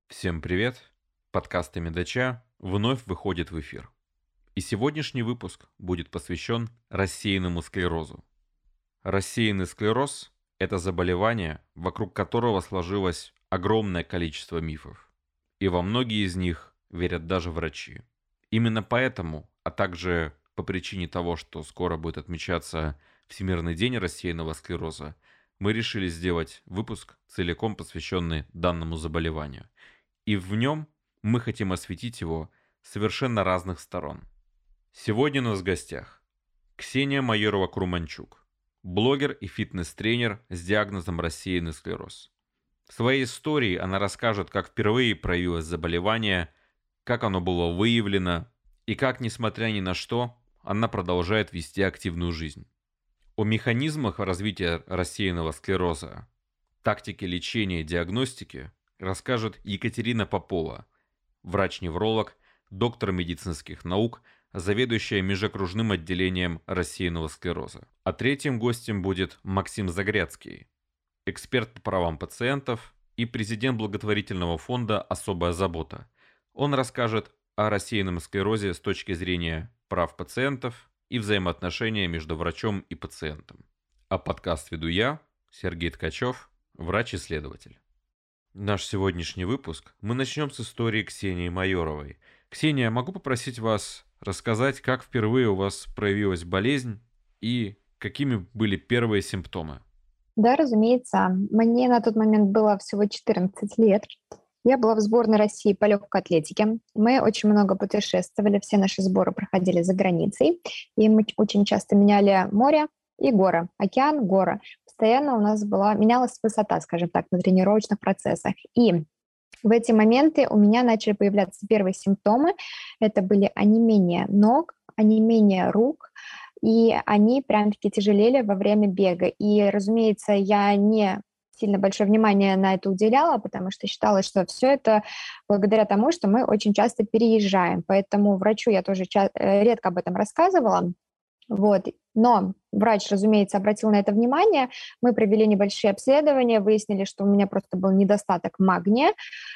Всем привет! Подкаст Медача вновь выходит в эфир. И сегодняшний выпуск будет посвящен рассеянному склерозу. Рассеянный склероз– это заболевание, вокруг которого сложилось огромное количество мифов. И во многие из них верят даже врачи. Именно поэтому, а также по причине того, что скоро будет отмечаться Всемирный день рассеянного склероза, мы решили сделать выпуск, целиком посвященный данному заболеванию. И в нем мы хотим осветить его с совершенно разных сторон. Сегодня у нас в гостях Ксения Майорова-Круманчук, блогер и фитнес-тренер с диагнозом рассеянный склероз. В своей истории она расскажет, как впервые проявилось заболевание, как оно было выявлено и как, несмотря ни на что, она продолжает вести активную жизнь. О механизмах развития рассеянного склероза, тактике лечения и диагностики расскажет Екатерина Попова, врач-невролог, доктор медицинских наук, заведующая межокружным отделением рассеянного склероза. А третьим гостем будет Максим Загряцкий, эксперт по правам пациентов и президент благотворительного фонда «Особая забота». Он расскажет о рассеянном склерозе с точки зрения прав пациентов и взаимоотношения между врачом и пациентом. А подкаст веду я, Сергей Ткачев, врач-исследователь. Наш сегодняшний выпуск мы начнем с истории Ксении Майоровой. Ксения, могу попросить вас рассказать, как впервые у вас проявилась болезнь и какими были первые симптомы? Да, разумеется. Мне на тот момент было всего 14 лет. Я была в сборной России по легкой атлетике. Мы очень много путешествовали, все наши сборы проходили за границей. И мы очень часто меняли море и горы, океан, горы. Постоянно у нас менялась высота, скажем так, на тренировочных процессах. И в эти моменты у меня начали появляться первые симптомы. Это были онемение ног, онемение рук, и они прям-таки тяжелели во время бега. И, разумеется, я не сильно большое внимание на это уделяла, потому что считала, что все это благодаря тому, что мы очень часто переезжаем. Поэтому врачу я тоже редко об этом рассказывала. Вот. Но врач, разумеется, обратил на это внимание. Мы провели небольшие обследования, выяснили, что у меня просто был недостаток магния.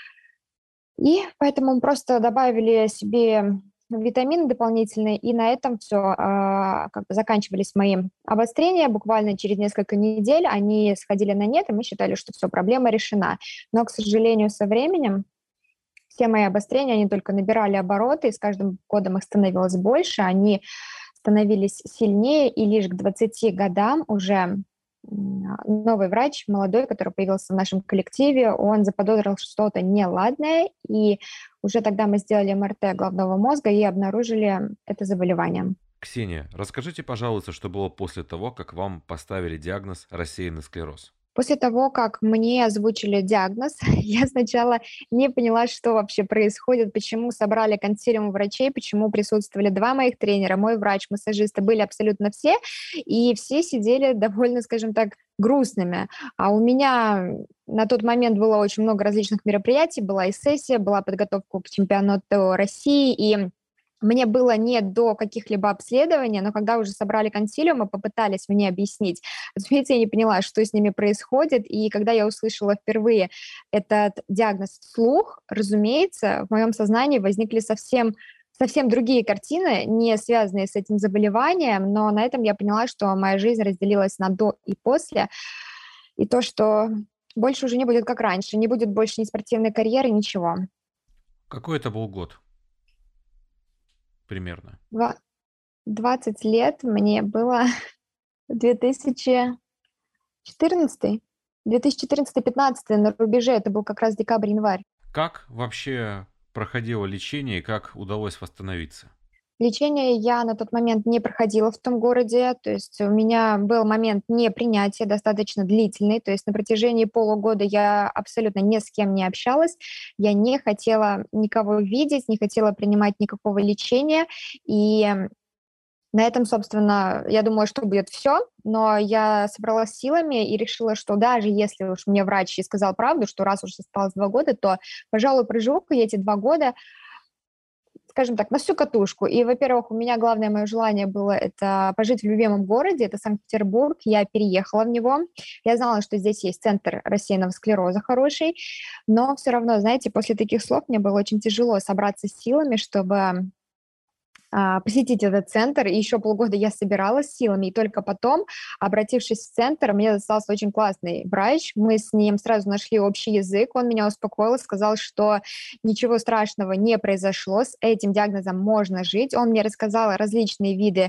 И поэтому мы просто добавили себе витамины дополнительные, и на этом все заканчивались мои обострения. Буквально через несколько недель они сходили на нет, и мы считали, что все, проблема решена. Но, к сожалению, со временем все мои обострения, они только набирали обороты, и с каждым годом их становилось больше, они становились сильнее, и лишь к 20 годам уже новый врач, молодой, который появился в нашем коллективе, он заподозрил что-то неладное, и уже тогда мы сделали МРТ головного мозга и обнаружили это заболевание. Ксения, расскажите, пожалуйста, что было после того, как вам поставили диагноз рассеянный склероз? После того, как мне озвучили диагноз, я сначала не поняла, что вообще происходит, почему собрали консилиум врачей, почему присутствовали два моих тренера, мой врач, массажисты, были абсолютно все, и все сидели довольно, скажем так, грустными. А у меня на тот момент было очень много различных мероприятий, была и сессия, была подготовка к чемпионату России, и мне было не до каких-либо обследований, но когда уже собрали консилиум и попытались мне объяснить, разумеется, я не поняла, что с ними происходит, и когда я услышала впервые этот диагноз вслух, разумеется, в моем сознании возникли совсем другие картины, не связанные с этим заболеванием, но на этом я поняла, что моя жизнь разделилась на до и после, и то, что больше уже не будет как раньше, не будет больше ни спортивной карьеры, ничего. Какой это был год? Примерно. 20 лет мне было 2014, 2014-15 на рубеже, это был как раз декабрь-январь. Как вообще проходило лечение и как удалось восстановиться? Лечение я на тот момент не проходила в том городе, то есть у меня был момент непринятия достаточно длительный, то есть на протяжении полугода я абсолютно ни с кем не общалась, я не хотела никого видеть, не хотела принимать никакого лечения, и на этом, собственно, я думала, что будет все, но я собралась силами и решила, что даже если уж мне врач и сказал правду, что раз уж осталось 2 года, то, пожалуй, проживу-ка я эти 2 года скажем так, на всю катушку. И, во-первых, у меня главное мое желание было это пожить в любимом городе, это Санкт-Петербург. Я переехала в него. Я знала, что здесь есть центр рассеянного склероза хороший, но все равно, знаете, после таких слов мне было очень тяжело собраться с силами, чтобы посетить этот центр. И еще полгода я собиралась силами, и только потом, обратившись в центр, мне достался очень классный врач. Мы с ним сразу нашли общий язык. Он меня успокоил, сказал, что ничего страшного не произошло, с этим диагнозом можно жить. Он мне рассказал различные виды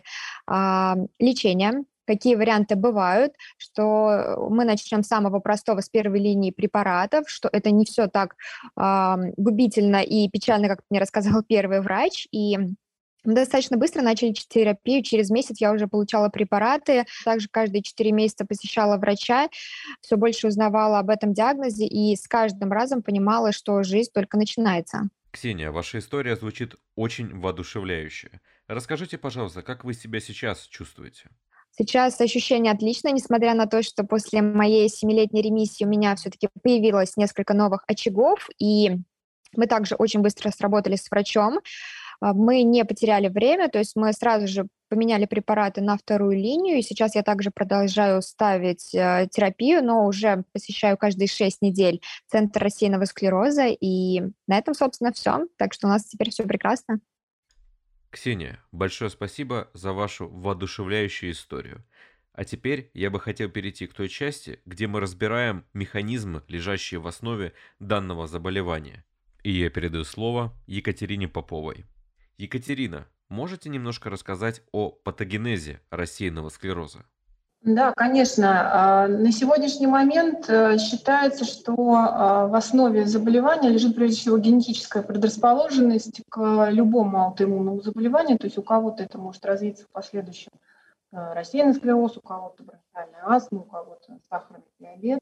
лечения, какие варианты бывают, что мы начнем с самого простого, с первой линии препаратов, что это не все так губительно и печально, как мне рассказал первый врач, и мы достаточно быстро начали терапию. Через месяц я уже получала препараты. Также каждые 4 месяца посещала врача, все больше узнавала об этом диагнозе и с каждым разом понимала, что жизнь только начинается. Ксения, ваша история звучит очень воодушевляюще. Расскажите, пожалуйста, как вы себя сейчас чувствуете? Сейчас ощущение отличное, несмотря на то, что после моей 7-летней ремиссии у меня все-таки появилось несколько новых очагов, и мы также очень быстро сработали с врачом. Мы не потеряли время, то есть мы сразу же поменяли препараты на вторую линию, и сейчас я также продолжаю ставить терапию, но уже посещаю каждые 6 недель центр рассеянного склероза, и на этом, собственно, все. Так что у нас теперь все прекрасно. Ксения, большое спасибо за вашу воодушевляющую историю. А теперь я бы хотел перейти к той части, где мы разбираем механизмы, лежащие в основе данного заболевания. И я передаю слово Екатерине Поповой. Екатерина, можете немножко рассказать о патогенезе рассеянного склероза? Да, конечно. На сегодняшний момент считается, что в основе заболевания лежит прежде всего генетическая предрасположенность к любому аутоиммунному заболеванию. То есть у кого-то это может развиться в последующем рассеянный склероз, у кого-то бронхиальная астма, у кого-то сахарный диабет.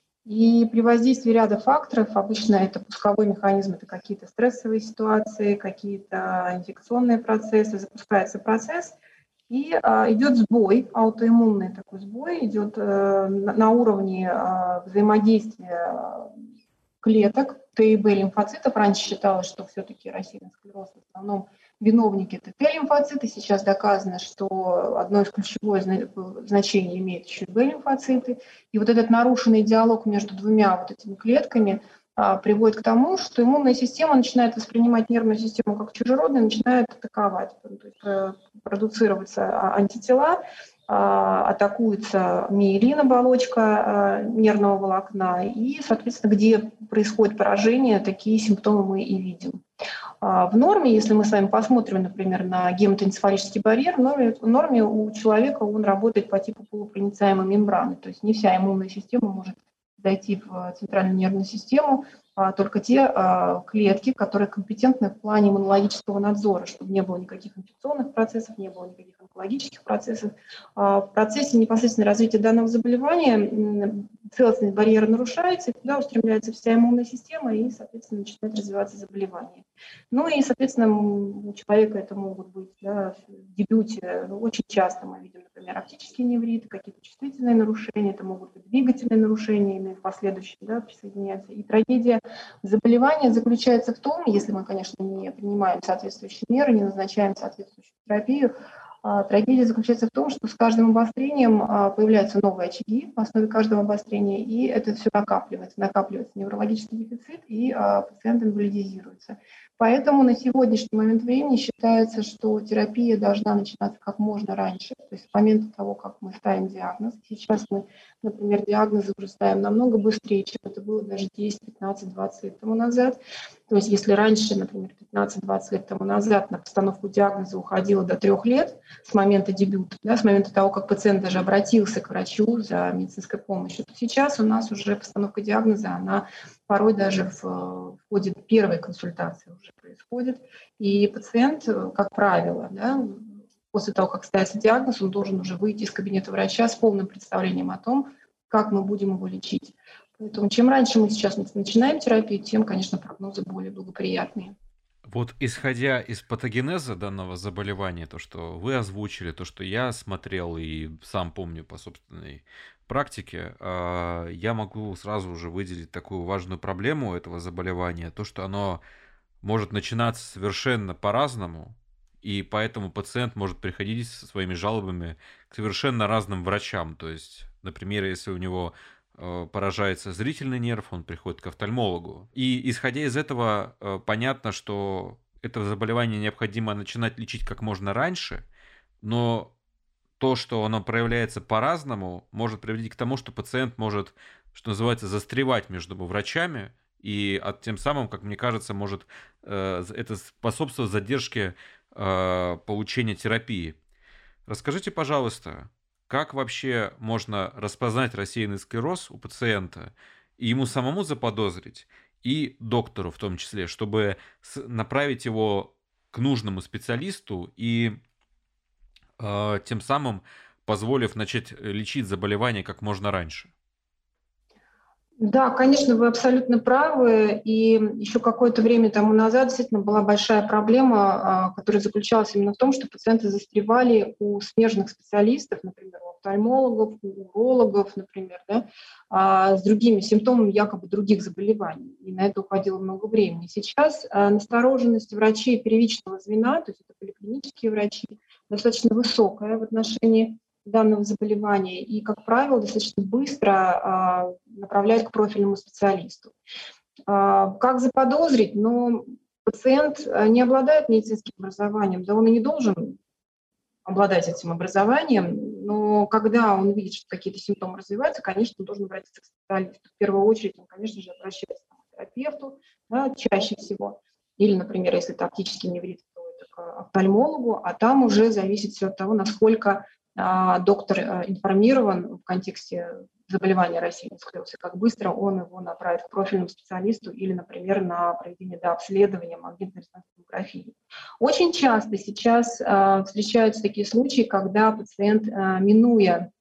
И при воздействии ряда факторов, обычно это пусковой механизм, это какие-то стрессовые ситуации, какие-то инфекционные процессы, запускается процесс, и идет сбой, аутоиммунный такой сбой, идет на уровне взаимодействия клеток, Т и Б лимфоцитов. Раньше считалось, что все-таки рассеянный склероз в основном виновники это Т-лимфоциты. Сейчас доказано, что одно из ключевых значений имеет еще и Б-лимфоциты. И вот этот нарушенный диалог между двумя вот этими клетками приводит к тому, что иммунная система начинает воспринимать нервную систему как чужеродную, начинает атаковать, то есть продуцируются антитела, атакуется миелин, оболочка нервного волокна, и, соответственно, где происходит поражение, такие симптомы мы и видим. В норме, если мы с вами посмотрим, например, на гематоэнцефалический барьер, в норме у человека он работает по типу полупроницаемой мембраны, то есть не вся иммунная система может зайти в центральную нервную систему, только те клетки, которые компетентны в плане иммунологического надзора, чтобы не было никаких инфекционных процессов, не было никаких онкологических процессов. В процессе непосредственно развития данного заболевания целостность барьера нарушается, и туда устремляется вся иммунная система, и, соответственно, начинает развиваться заболевание. Ну и, соответственно, у человека это могут быть в дебюте, очень часто мы видим, например, оптические невриты, какие-то чувствительные нарушения, это могут быть двигательные нарушения, и в последующем присоединяются. И трагедия заболевания заключается в том, если мы, конечно, не принимаем соответствующие меры, не назначаем соответствующую терапию, трагедия заключается в том, что с каждым обострением появляются новые очаги в основе каждого обострения, и это все накапливается неврологический дефицит, и пациент инвалидизируется. Поэтому на сегодняшний момент времени считается, что терапия должна начинаться как можно раньше, то есть с момента того, как мы ставим диагноз. Сейчас мы, например, диагнозы уже ставим намного быстрее, чем это было даже 10, 15, 20 лет тому назад. То есть если раньше, например, 15-20 лет тому назад на постановку диагноза уходило до 3 лет с момента дебюта, с момента того, как пациент даже обратился к врачу за медицинской помощью, то сейчас у нас уже постановка диагноза, она порой даже в ходе первой консультации уже происходит. И пациент, как правило, после того, как ставится диагноз, он должен уже выйти из кабинета врача с полным представлением о том, как мы будем его лечить. Поэтому чем раньше мы сейчас начинаем терапию, тем, конечно, прогнозы более благоприятные. Вот исходя из патогенеза данного заболевания, то, что вы озвучили, то, что я смотрел и сам помню по собственной практике, я могу сразу же выделить такую важную проблему этого заболевания, то, что оно может начинаться совершенно по-разному, и поэтому пациент может приходить со своими жалобами к совершенно разным врачам. То есть, например, если у него поражается зрительный нерв, он приходит к офтальмологу. И исходя из этого, понятно, что это заболевание необходимо начинать лечить как можно раньше, но то, что оно проявляется по-разному, может приводить к тому, что пациент может, что называется, застревать между врачами, и тем самым, как мне кажется, может это способствовать задержке получения терапии. Расскажите, пожалуйста, как вообще можно распознать рассеянный склероз у пациента и ему самому заподозрить, и доктору в том числе, чтобы направить его к нужному специалисту и тем самым позволив начать лечить заболевание как можно раньше? Да, конечно, вы абсолютно правы. И еще какое-то время тому назад действительно была большая проблема, которая заключалась именно в том, что пациенты застревали у смежных специалистов, например, у офтальмологов, у урологов, например, да, с другими симптомами якобы других заболеваний. И на это уходило много времени. Сейчас настороженность врачей первичного звена, то есть это поликлинические врачи, достаточно высокая в отношении данного заболевания и, как правило, достаточно быстро направляют к профильному специалисту. Как заподозрить? Ну, пациент не обладает медицинским образованием, да он и не должен обладать этим образованием, но когда он видит, что какие-то симптомы развиваются, конечно, он должен обратиться к специалисту. В первую очередь он, конечно же, обращается к терапевту, да, чаще всего. Или, например, если это оптический неврит, то это к офтальмологу, а там уже зависит все от того, насколько доктор информирован в контексте заболевания рассеянного склероза, как быстро он его направит к профильному специалисту или, например, на проведение обследования магнитно-резонансной томографии. Очень часто сейчас встречаются такие случаи, когда пациент, минуя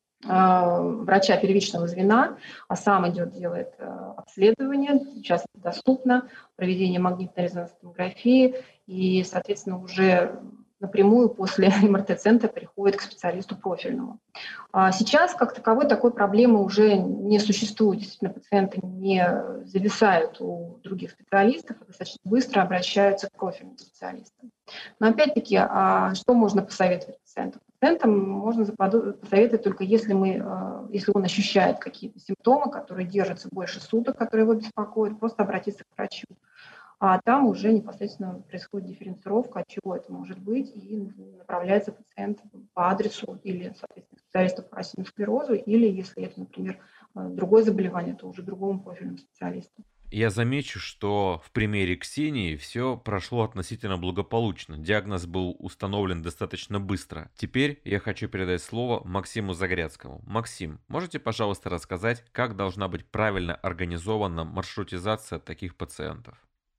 врача первичного звена, а сам идет, делает обследование, сейчас это доступно, проведение магнитно-резонансной томографии, и, соответственно, уже напрямую после МРТ-центра приходит к специалисту профильному. Сейчас, как таковой, такой проблемы уже не существует. Действительно, пациенты не зависают у других специалистов, а достаточно быстро обращаются к профильным специалистам. Но опять-таки, что можно посоветовать пациенту? Пациентам можно посоветовать только если он ощущает какие-то симптомы, которые держатся больше суток, которые его беспокоят, просто обратиться к врачу. А там уже непосредственно происходит дифференцировка, от чего это может быть, и направляется пациент по адресу или, соответственно, специалисту по рассеянному склерозу, или, если это, например, другое заболевание, то уже другому профильному специалисту. Я замечу, что в примере Ксении все прошло относительно благополучно. Диагноз был установлен достаточно быстро. Теперь я хочу передать слово Максиму Загрядскому. Максим, можете, пожалуйста, рассказать, как должна быть правильно организована маршрутизация таких пациентов?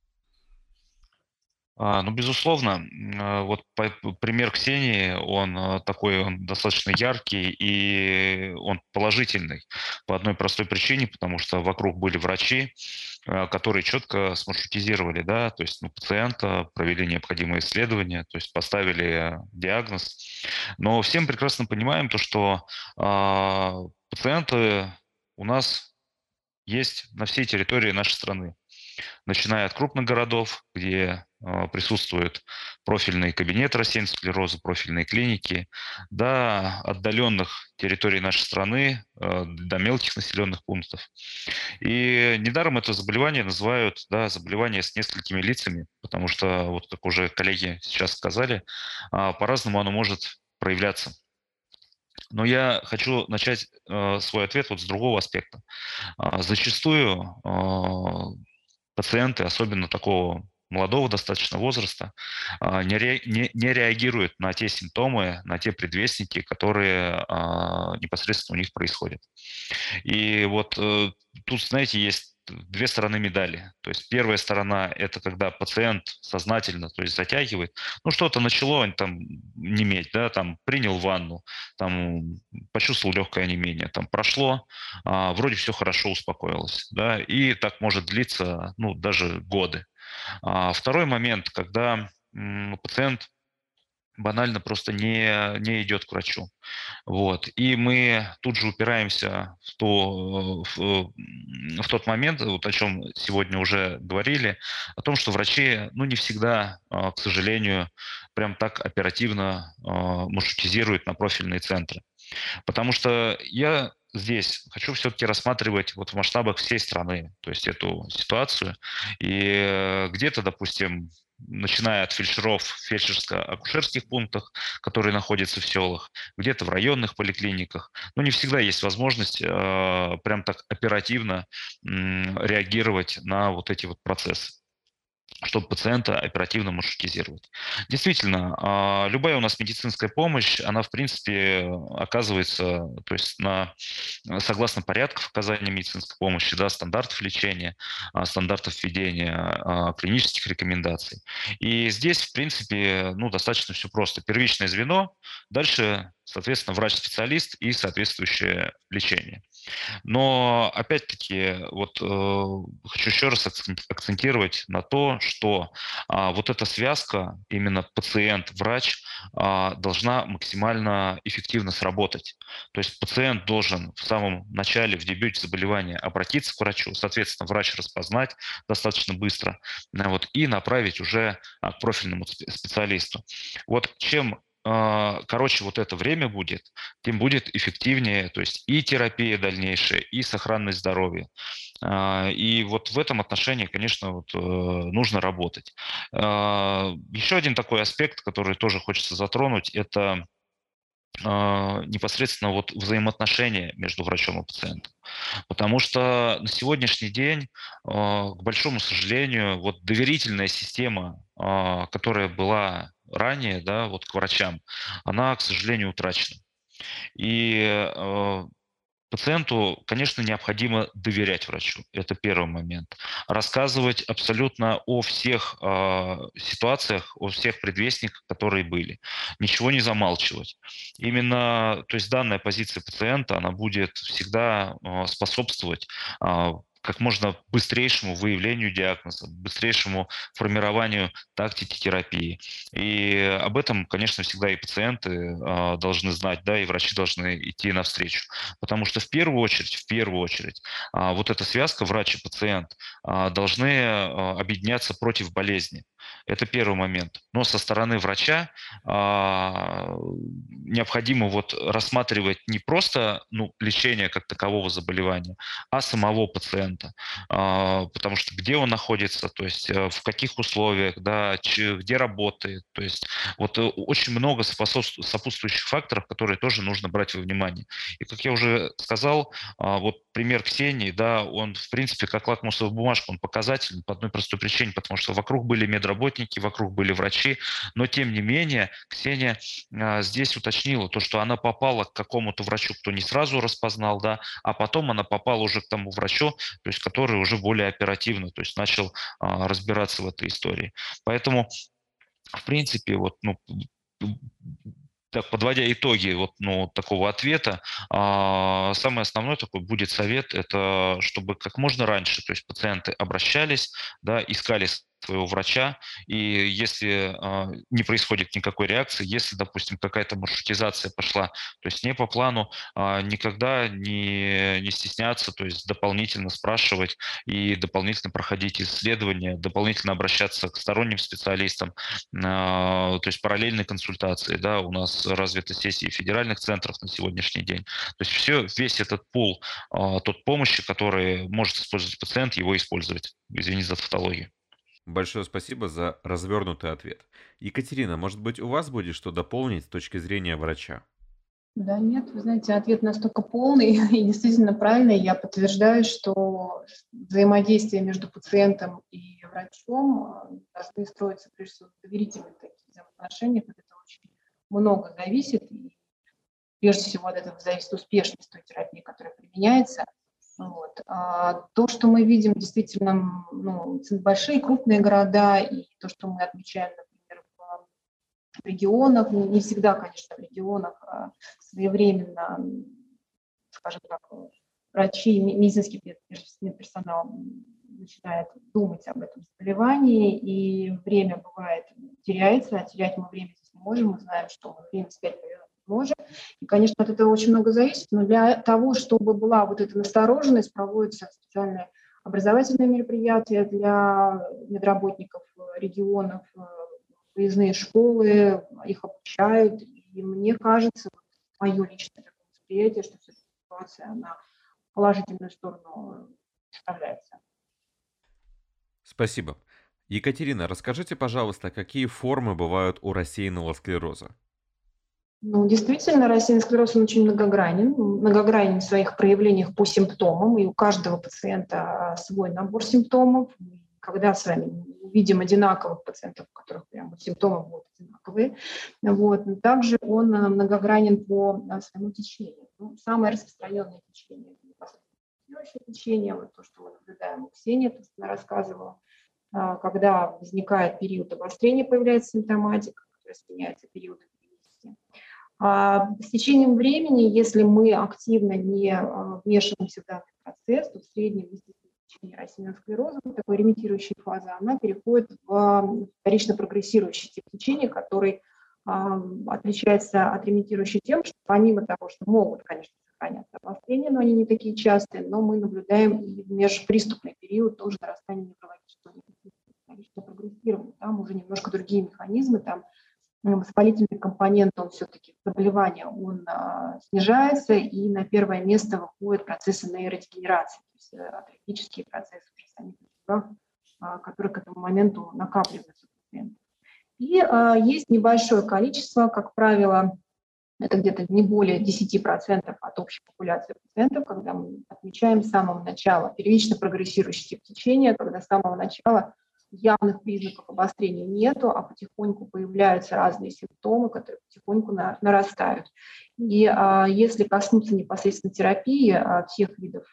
Ну, безусловно, вот пример Ксении, он достаточно яркий и он положительный по одной простой причине, потому что вокруг были врачи, которые четко смаршрутизировали, да, то есть пациента, провели необходимые исследования, то есть поставили диагноз. Но всем прекрасно понимаем то, что пациенты у нас есть на всей территории нашей страны, начиная от крупных городов, где присутствует профильный кабинет рассеянного склероза, профильные клиники, до отдаленных территорий нашей страны, до мелких населенных пунктов. И недаром это заболевание называют, да, заболевание с несколькими лицами, потому что, вот как уже коллеги сейчас сказали, по-разному оно может проявляться. Но я хочу начать свой ответ вот с другого аспекта. Зачастую пациенты, особенно такого молодого достаточно возраста, не реагируют на те симптомы, на те предвестники, которые непосредственно у них происходят. И вот тут, знаете, есть две стороны медали. То есть первая сторона – это когда пациент сознательно, то есть затягивает, что-то начало там неметь, да, там принял ванну, там почувствовал легкое онемение, там прошло, вроде все хорошо, успокоилось, да, и так может длиться, даже годы. Второй момент, когда пациент банально просто не идет к врачу. Вот. И мы тут же упираемся в тот момент, вот о чем сегодня уже говорили, о том, что врачи, ну, не всегда, к сожалению, прям так оперативно маршрутизируют на профильные центры. Потому что я здесь хочу все-таки рассматривать вот в масштабах всей страны, то есть эту ситуацию. И где-то, допустим, начиная от фельдшеров в фельдшерско-акушерских пунктах, которые находятся в селах, где-то в районных поликлиниках. Но не всегда есть возможность прям так оперативно реагировать на вот эти вот процессы, чтобы пациента оперативно маршрутизировать. Действительно, любая у нас медицинская помощь, она, в принципе, оказывается, то есть согласно порядков оказания медицинской помощи, да, стандартов лечения, стандартов введения, клинических рекомендаций. И здесь, в принципе, ну, достаточно все просто. Первичное звено, дальше, соответственно, врач-специалист и соответствующее лечение. Но опять-таки вот хочу еще раз акцентировать на то, что вот эта связка, именно пациент-врач, должна максимально эффективно сработать. То есть пациент должен в самом начале, в дебюте заболевания обратиться к врачу, соответственно, врач распознать достаточно быстро, вот, и направить уже к профильному специалисту. Вот чем короче вот это время будет, тем будет эффективнее, то есть и терапия дальнейшая, и сохранность здоровья. И вот в этом отношении, конечно, вот, нужно работать. Еще один такой аспект, который тоже хочется затронуть, это непосредственно вот взаимоотношения между врачом и пациентом. Потому что на сегодняшний день, к большому сожалению, вот доверительная система, которая была ранее, да, вот к врачам, она, к сожалению, утрачена. И пациенту, конечно, необходимо доверять врачу. Это первый момент. Рассказывать абсолютно о всех ситуациях, о всех предвестниках, которые были. Ничего не замалчивать. Именно, то есть данная позиция пациента, она будет всегда способствовать как можно быстрейшему выявлению диагноза, быстрейшему формированию тактики терапии. И об этом, конечно, всегда и пациенты должны знать, да, и врачи должны идти навстречу. Потому что в первую очередь, вот эта связка врач и пациент должны объединяться против болезни. Это первый момент. Но со стороны врача необходимо вот рассматривать не просто, ну, лечение как такового заболевания, а самого пациента. Потому что где он находится, то есть в каких условиях, да, где работает. То есть вот очень много сопутствующих факторов, которые тоже нужно брать во внимание. И как я уже сказал, вот пример Ксении, да, он, в принципе, как лакмусовая бумажка, он показательный по одной простой причине, потому что вокруг были медработники, вокруг были врачи, но, тем не менее, Ксения здесь уточнила то, что она попала к какому-то врачу, кто не сразу распознал, да, а потом она попала уже к тому врачу, то есть который уже более оперативно, то есть начал разбираться в этой истории. Поэтому, в принципе, вот, ну, так, подводя итоги вот, ну, такого ответа, самый основной такой будет совет, это чтобы как можно раньше, то есть пациенты обращались, да, искали своего врача, и если не происходит никакой реакции, если, допустим, какая-то маршрутизация пошла, то есть не по плану, никогда не стесняться, то есть дополнительно спрашивать и дополнительно проходить исследования, дополнительно обращаться к сторонним специалистам, то есть параллельные консультации, да, у нас развиты сессии федеральных центров на сегодняшний день. То есть весь этот пул, тот помощи, который может использовать пациент, его использовать. Извини за тавтологию. Большое спасибо за развернутый ответ. Екатерина, может быть, у вас будет что дополнить с точки зрения врача? Да, нет, вы знаете, ответ настолько полный и действительно правильный. Я подтверждаю, что взаимодействие между пациентом и врачом должны строиться, прежде всего, доверительные такие взаимоотношения, от этого очень много зависит. И прежде всего от этого зависит успешность той терапии, которая применяется. Вот. То, что мы видим действительно, ну, большие крупные города, и то, что мы отмечаем, например, в регионах, не всегда, конечно, в регионах, своевременно, скажем так, врачи, медицинский медперсонал начинает думать об этом заболевании, и время бывает теряется, а терять мы время здесь не можем, мы знаем, что время спять можем. И, конечно, от этого очень много зависит, но для того, чтобы была вот эта настороженность, проводятся специальные образовательные мероприятия для медработников регионов, выездные школы, их обучают. И мне кажется, мое личное восприятие, что все-таки ситуация на положительную сторону составляется. Спасибо. Екатерина, расскажите, пожалуйста, какие формы бывают у рассеянного склероза? Ну, действительно, рассеянный склероз, он очень многогранен в своих проявлениях по симптомам, и у каждого пациента свой набор симптомов. Когда с вами видим одинаковых пациентов, у которых прям вот симптомы будут одинаковые, вот. Но также он многогранен по своему течению. Ну, самое распространенное течение – это непосредственно течение, вот то, что мы наблюдаем у Ксении, то, что она рассказывала, когда возникает период обострения, появляется симптоматика, которая сменяется периодом. С течением времени, если мы активно не вмешиваемся в данный процесс, то в среднем течение рассеянного склероза, такой ремитирующей фазы, она переходит в вторично прогрессирующий тип течения, который отличается от ремитирующей тем, что помимо того, что могут, конечно, сохраняться обострения, но они не такие частые, но мы наблюдаем и в межприступный период тоже нарастание неврологического вторичного прогрессирования. Там уже немножко другие механизмы, там воспалительный компонент, он все-таки заболевания, он снижается, и на первое место выходят процессы нейродегенерации, то есть атрофические процессы в самих мозгах, которые к этому моменту накапливаются у пациентов. И есть небольшое количество, как правило, это где-то не более 10% от общей популяции пациентов, когда мы отмечаем с самого начала первично прогрессирующий тип течения, когда с самого начала явных признаков обострения нету, а потихоньку появляются разные симптомы, которые потихоньку нарастают. И если коснуться непосредственно терапии всех видов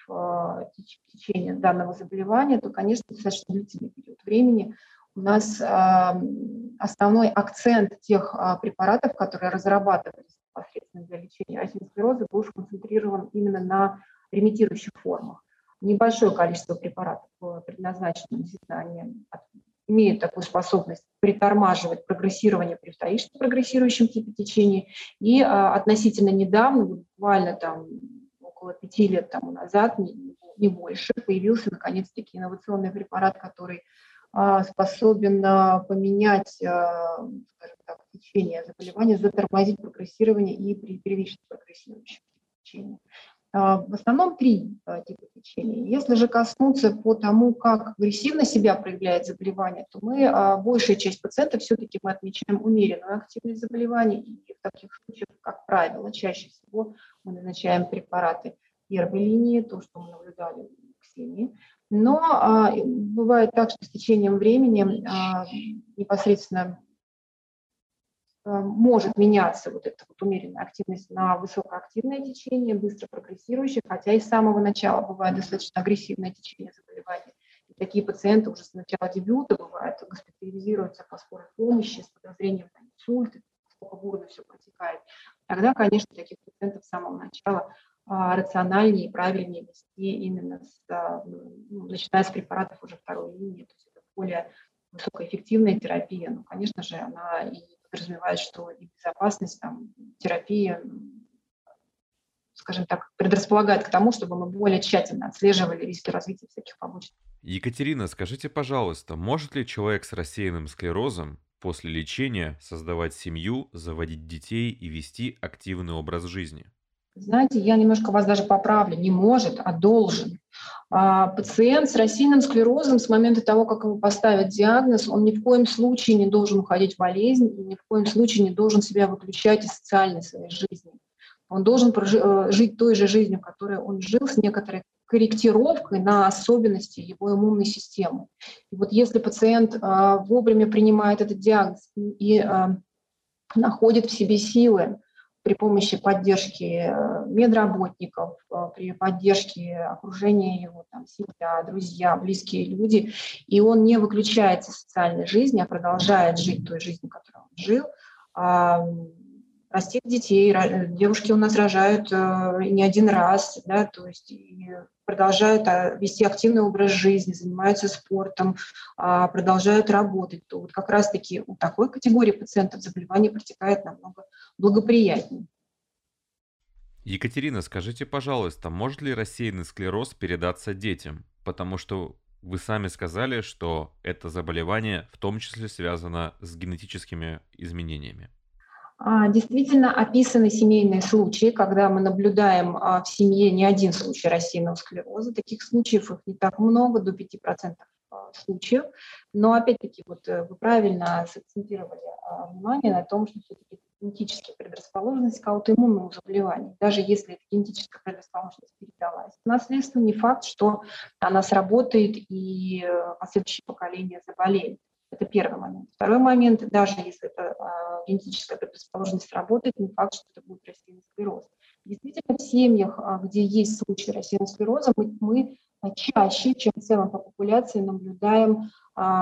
течения данного заболевания, то, конечно, достаточно длительный период времени. У нас основной акцент тех препаратов, которые разрабатывались непосредственно для лечения рассеянного склероза, был сконцентрирован именно на ремитирующих формах. Небольшое количество препаратов предназначено, действительно, они имеют такую способность притормаживать прогрессирование при вторично прогрессирующем типе течения. И относительно недавно, буквально там около 5 лет тому назад, не больше, появился наконец-таки инновационный препарат, который способен поменять, скажем так, течение заболевания, затормозить прогрессирование и при первично прогрессирующем течении. В основном 3 типа течения. Если же коснуться по тому, как агрессивно себя проявляет заболевание, то мы, большая часть пациентов все-таки мы отмечаем умеренную активность заболевания, и в таких случаях, как правило, чаще всего мы назначаем препараты первой линии, то, что мы наблюдали у Ксении. Но бывает так, что с течением времени непосредственно может меняться вот эта вот умеренная активность на высокоактивное течение, быстро прогрессирующее, хотя и с самого начала бывает достаточно агрессивное течение заболевания. И такие пациенты уже с начала дебюта бывают, госпитализируются по скорой помощи с подозрением на инсульт, сколько бурно все протекает. Тогда, конечно, таких пациентов с самого начала рациональнее и правильнее вести именно начиная с препаратов уже второй линии, то есть это более высокоэффективная терапия, но, конечно же, она и подразумевает, что и безопасность терапии, скажем так, предрасполагает к тому, чтобы мы более тщательно отслеживали риски развития всяких побочных. Екатерина, скажите, пожалуйста, может ли человек с рассеянным склерозом после лечения создавать семью, заводить детей и вести активный образ жизни? Знаете, я немножко вас даже поправлю. Не может, а должен. Пациент с рассеянным склерозом с момента того, как ему поставят диагноз, он ни в коем случае не должен уходить в болезнь, и ни в коем случае не должен себя выключать из социальной своей жизни. Он должен жить той же жизнью, которой он жил, с некоторой корректировкой на особенности его иммунной системы. И вот если пациент вовремя принимает этот диагноз и находит в себе силы, при помощи поддержки медработников, при поддержке окружения его, семья, друзья, близкие люди, и он не выключается из социальной жизни, а продолжает жить той жизнью, которой он жил, растит детей, девушки у нас рожают не один раз, да, то есть и продолжают вести активный образ жизни, занимаются спортом, продолжают работать, то вот как раз-таки у такой категории пациентов заболевание протекает намного благоприятнее. Екатерина, скажите, пожалуйста, может ли рассеянный склероз передаться детям? Потому что вы сами сказали, что это заболевание в том числе связано с генетическими изменениями. Действительно описаны семейные случаи, когда мы наблюдаем в семье не один случай рассеянного склероза. Таких случаев их не так много, до 5% случаев. Но опять-таки вот вы правильно сакцентировали внимание на том, что все-таки генетическая предрасположенность к аутоиммунному заболеванию. Даже если эта генетическая предрасположенность передалась по наследству, не факт, что она сработает и последующие поколения заболеют. Это первый момент. Второй момент, даже если эта генетическая предрасположенность работает, не факт, что это будет рассеянный склероз. Действительно, в семьях, где есть случаи рассеянного склероза, мы чаще, чем в целом по популяции, наблюдаем,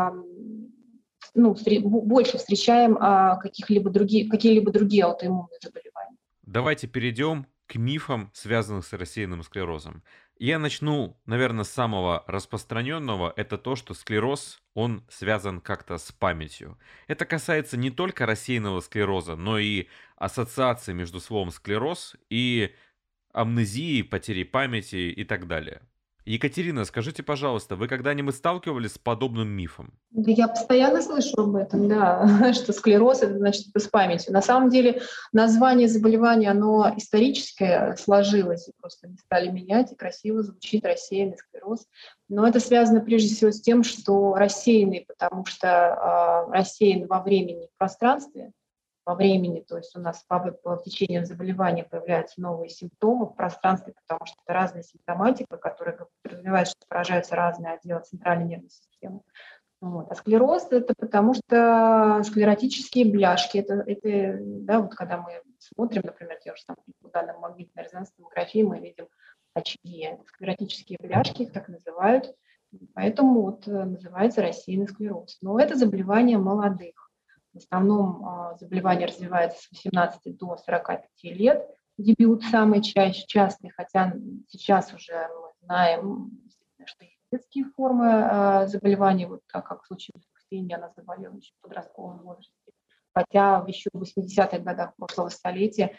больше встречаем какие-либо другие аутоиммунные заболевания. Давайте перейдем к мифам, связанным с рассеянным склерозом. Я начну, наверное, с самого распространенного. Это то, что склероз, он связан как-то с памятью. Это касается не только рассеянного склероза, но и ассоциации между словом склероз и амнезией, потерей памяти и так далее. Екатерина, скажите, пожалуйста, вы когда-нибудь сталкивались с подобным мифом? Да, я постоянно слышу об этом, да, что склероз — это значит с памятью. На самом деле название заболевания, оно историческое сложилось, и просто не стали менять, и красиво звучит рассеянный склероз. Но это связано прежде всего с тем, что рассеянный, потому что рассеян во времени и в пространстве, во времени, то есть у нас по течению заболевания появляются новые симптомы в пространстве, потому что это разная симптоматика, которая подразумевает, что поражаются разные отделы центральной нервной системы. Вот. А склероз — это потому что склеротические бляшки, это да, вот когда мы смотрим, например, те же самые данные магнитной резонансной томографии, мы видим очаги, склеротические бляшки, их так называют, поэтому вот называется рассеянный склероз. Но это заболевание молодых. В основном заболевание развивается с 18 до 45 лет. Дебют самый частый, хотя сейчас уже мы знаем, что есть детские формы заболевания, вот как в случае с Ксенией, она заболела еще в подростковом возрасте. Хотя еще в 80-х годах прошлого столетия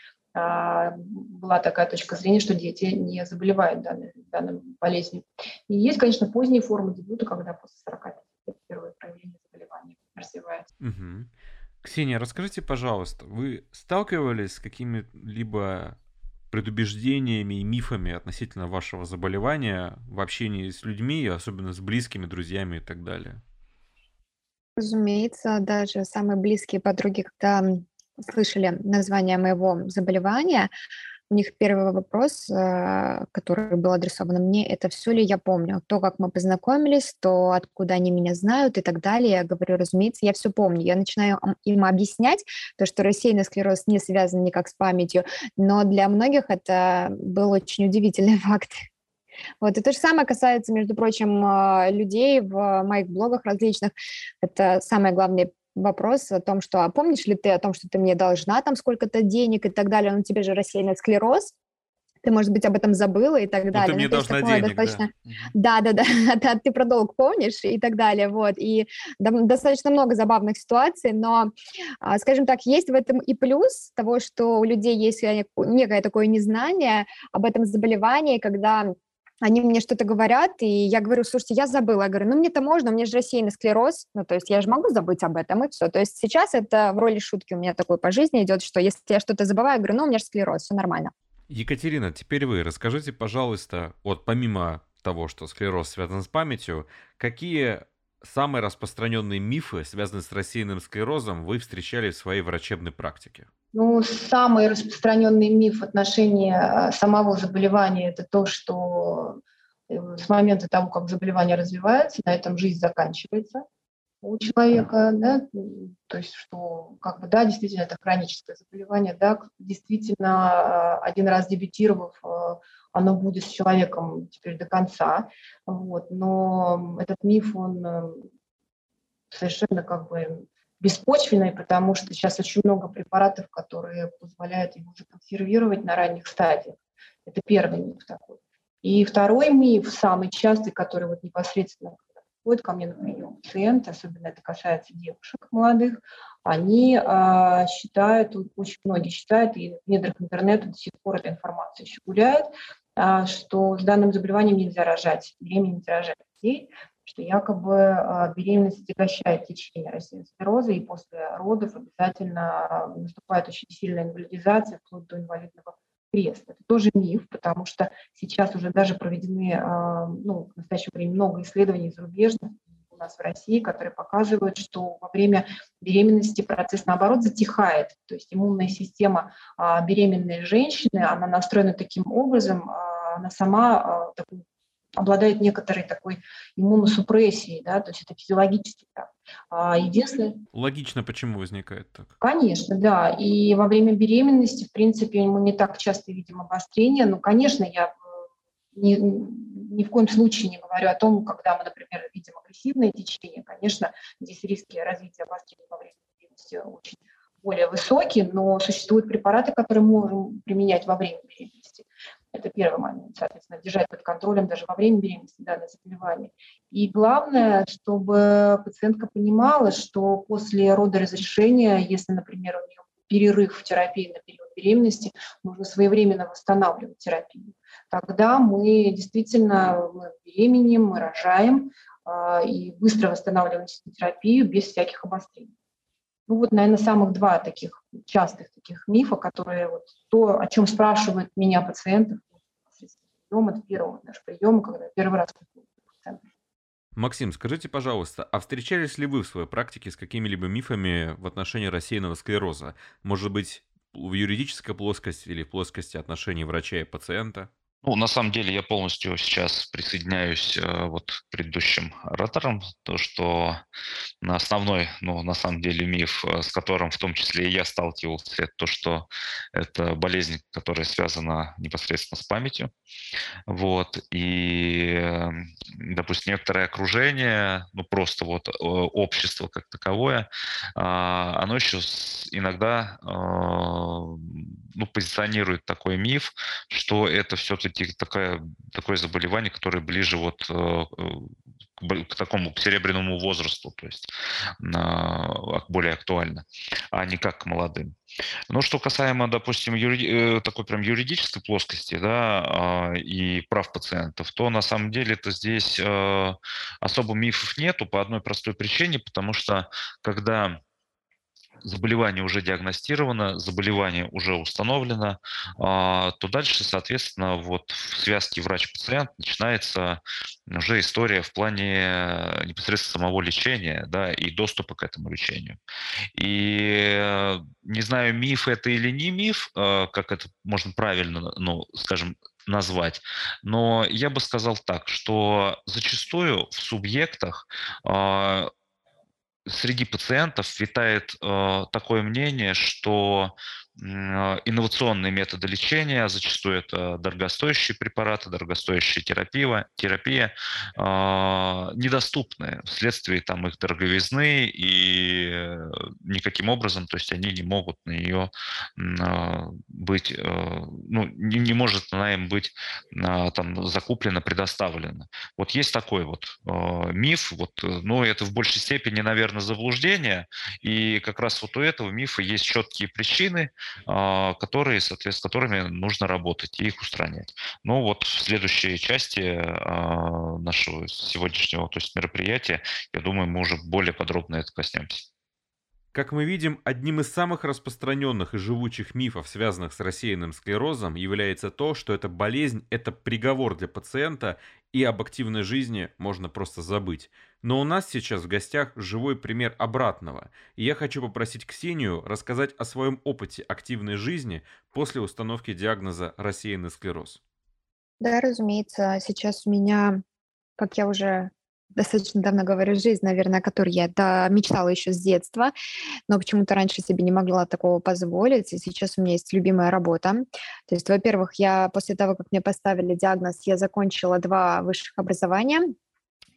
была такая точка зрения, что дети не заболевают данной болезнью. И есть, конечно, поздние формы дебюта, когда после 45 лет первые проявления заболевания развиваются. Угу. Ксения, расскажите, пожалуйста, вы сталкивались с какими-либо предубеждениями и мифами относительно вашего заболевания в общении с людьми, особенно с близкими, друзьями и так далее? Разумеется, даже самые близкие подруги, когда слышали название моего заболевания, у них первый вопрос, который был адресован мне, это все ли я помню. То, как мы познакомились, то, откуда они меня знают и так далее. Я говорю, разумеется, я все помню. Я начинаю им объяснять, то, что рассеянный склероз не связан никак с памятью, но для многих это был очень удивительный факт. Вот. И то же самое касается, между прочим, людей в моих блогах различных. Это самое главное вопрос о том, что, а помнишь ли ты о том, что ты мне должна там сколько-то денег и так далее, но у тебя же рассеянный склероз, ты, может быть, об этом забыла и так далее. Ты мне должна денег, достаточно... да. Да, ты про долг помнишь и так далее, вот. И достаточно много забавных ситуаций, но, скажем так, есть в этом и плюс того, что у людей есть некое такое незнание об этом заболевании, когда они мне что-то говорят, и я говорю, слушайте, я забыла. Я говорю, ну мне-то можно, у меня же рассеянный склероз, ну то есть я же могу забыть об этом, и все. То есть сейчас это в роли шутки у меня такое по жизни идет, что если я что-то забываю, я говорю, ну у меня же склероз, все нормально. Екатерина, теперь вы расскажите, пожалуйста, вот помимо того, что склероз связан с памятью, какие самые распространенные мифы, связанные с рассеянным склерозом, вы встречали в своей врачебной практике? Ну, самый распространенный миф в отношении самого заболевания — это то, что с момента того, как заболевание развивается, на этом жизнь заканчивается у человека, да, то есть что, как бы, да, действительно, это хроническое заболевание, да, действительно, один раз дебютировав, оно будет с человеком теперь до конца, вот, но этот миф, он совершенно как бы беспочвенный, потому что сейчас очень много препаратов, которые позволяют его законсервировать на ранних стадиях. Это первый миф такой. И второй миф, самый частый, который вот непосредственно приходит ко мне на прием пациенты, особенно это касается девушек молодых, они считают, очень многие считают, и в недрах интернета до сих пор эта информация еще гуляет, что с данным заболеванием нельзя рожать, беременеть, рожать детей, что якобы беременность отягощает течение рассеянного склероза, и после родов обязательно наступает очень сильная инвалидизация, вплоть до инвалидного креста. Это тоже миф, потому что сейчас уже даже проведены в настоящее время много исследований зарубежных у нас в России, которые показывают, что во время беременности процесс, наоборот, затихает. То есть иммунная система беременной женщины, она настроена таким образом, она сама обладает некоторой такой иммуносупрессией, да, то есть это физиологически так. Единственное... Логично, почему возникает так? Конечно, да. И во время беременности, в принципе, мы не так часто видим обострения. Но, конечно, я ни в коем случае не говорю о том, когда мы, например, видим агрессивное течение. Конечно, здесь риски развития обострения во время беременности очень более высокие, но существуют препараты, которые мы можем применять во время беременности. Это первый момент, соответственно, держать под контролем даже во время беременности данное заболевание. И главное, чтобы пациентка понимала, что после родоразрешения, если, например, у нее перерыв в терапии на период беременности, нужно своевременно восстанавливать терапию. Тогда мы действительно беременеем, мы рожаем и быстро восстанавливаем терапию без всяких обострений. Ну вот, наверное, самых два таких частых таких мифа, которые вот то, о чем спрашивают меня пациенты от первого даже приема, когда первый раз приходит пациент. Максим, скажите, пожалуйста, а встречались ли вы в своей практике с какими-либо мифами в отношении рассеянного склероза? Может быть, в юридической плоскости или в плоскости отношений врача и пациента? Ну, на самом деле я полностью сейчас присоединяюсь вот к предыдущим ораторам, то, что основной, на самом деле миф, с которым в том числе и я сталкивался, это то, что это болезнь, которая связана непосредственно с памятью. Вот, и, допустим, некоторое окружение, просто вот общество как таковое, оно еще иногда позиционирует такой миф, что это все-таки такое заболевание, которое ближе вот к такому к серебряному возрасту, то есть более актуально, а не как к молодым. Ну, что касаемо, допустим, такой прям юридической плоскости, да, и прав пациентов, то на самом деле это здесь особо мифов нету по одной простой причине, потому что когда заболевание уже диагностировано, заболевание уже установлено, то дальше, соответственно, вот в связке врач-пациент начинается уже история в плане непосредственно самого лечения, да, и доступа к этому лечению. И не знаю, миф это или не миф, как это можно правильно, скажем, назвать, но я бы сказал так, что зачастую в субъектах среди пациентов витает такое мнение, что инновационные методы лечения, зачастую это дорогостоящие препараты, дорогостоящая терапия недоступны вследствие там, их дороговизны, и никаким образом, то есть они не могут на нее быть, не может она им быть там, закуплена, предоставлена. Вот есть такой вот миф, это в большей степени, наверное, заблуждение, и как раз вот у этого мифа есть четкие причины, которые, соответственно, с которыми нужно работать и их устранять. Ну вот в следующей части нашего сегодняшнего, то есть мероприятия, я думаю, мы уже более подробно это коснемся. Как мы видим, одним из самых распространенных и живучих мифов, связанных с рассеянным склерозом, является то, что эта болезнь – это приговор для пациента, и об активной жизни можно просто забыть. Но у нас сейчас в гостях живой пример обратного, и я хочу попросить Ксению рассказать о своем опыте активной жизни после установки диагноза рассеянный склероз. Да, разумеется, сейчас у меня, как я уже достаточно давно говорю, жизнь, наверное, о которой я мечтала еще с детства, но почему-то раньше себе не могла такого позволить. И сейчас у меня есть любимая работа. То есть, во-первых, я после того, как мне поставили диагноз, я закончила 2 высших образования.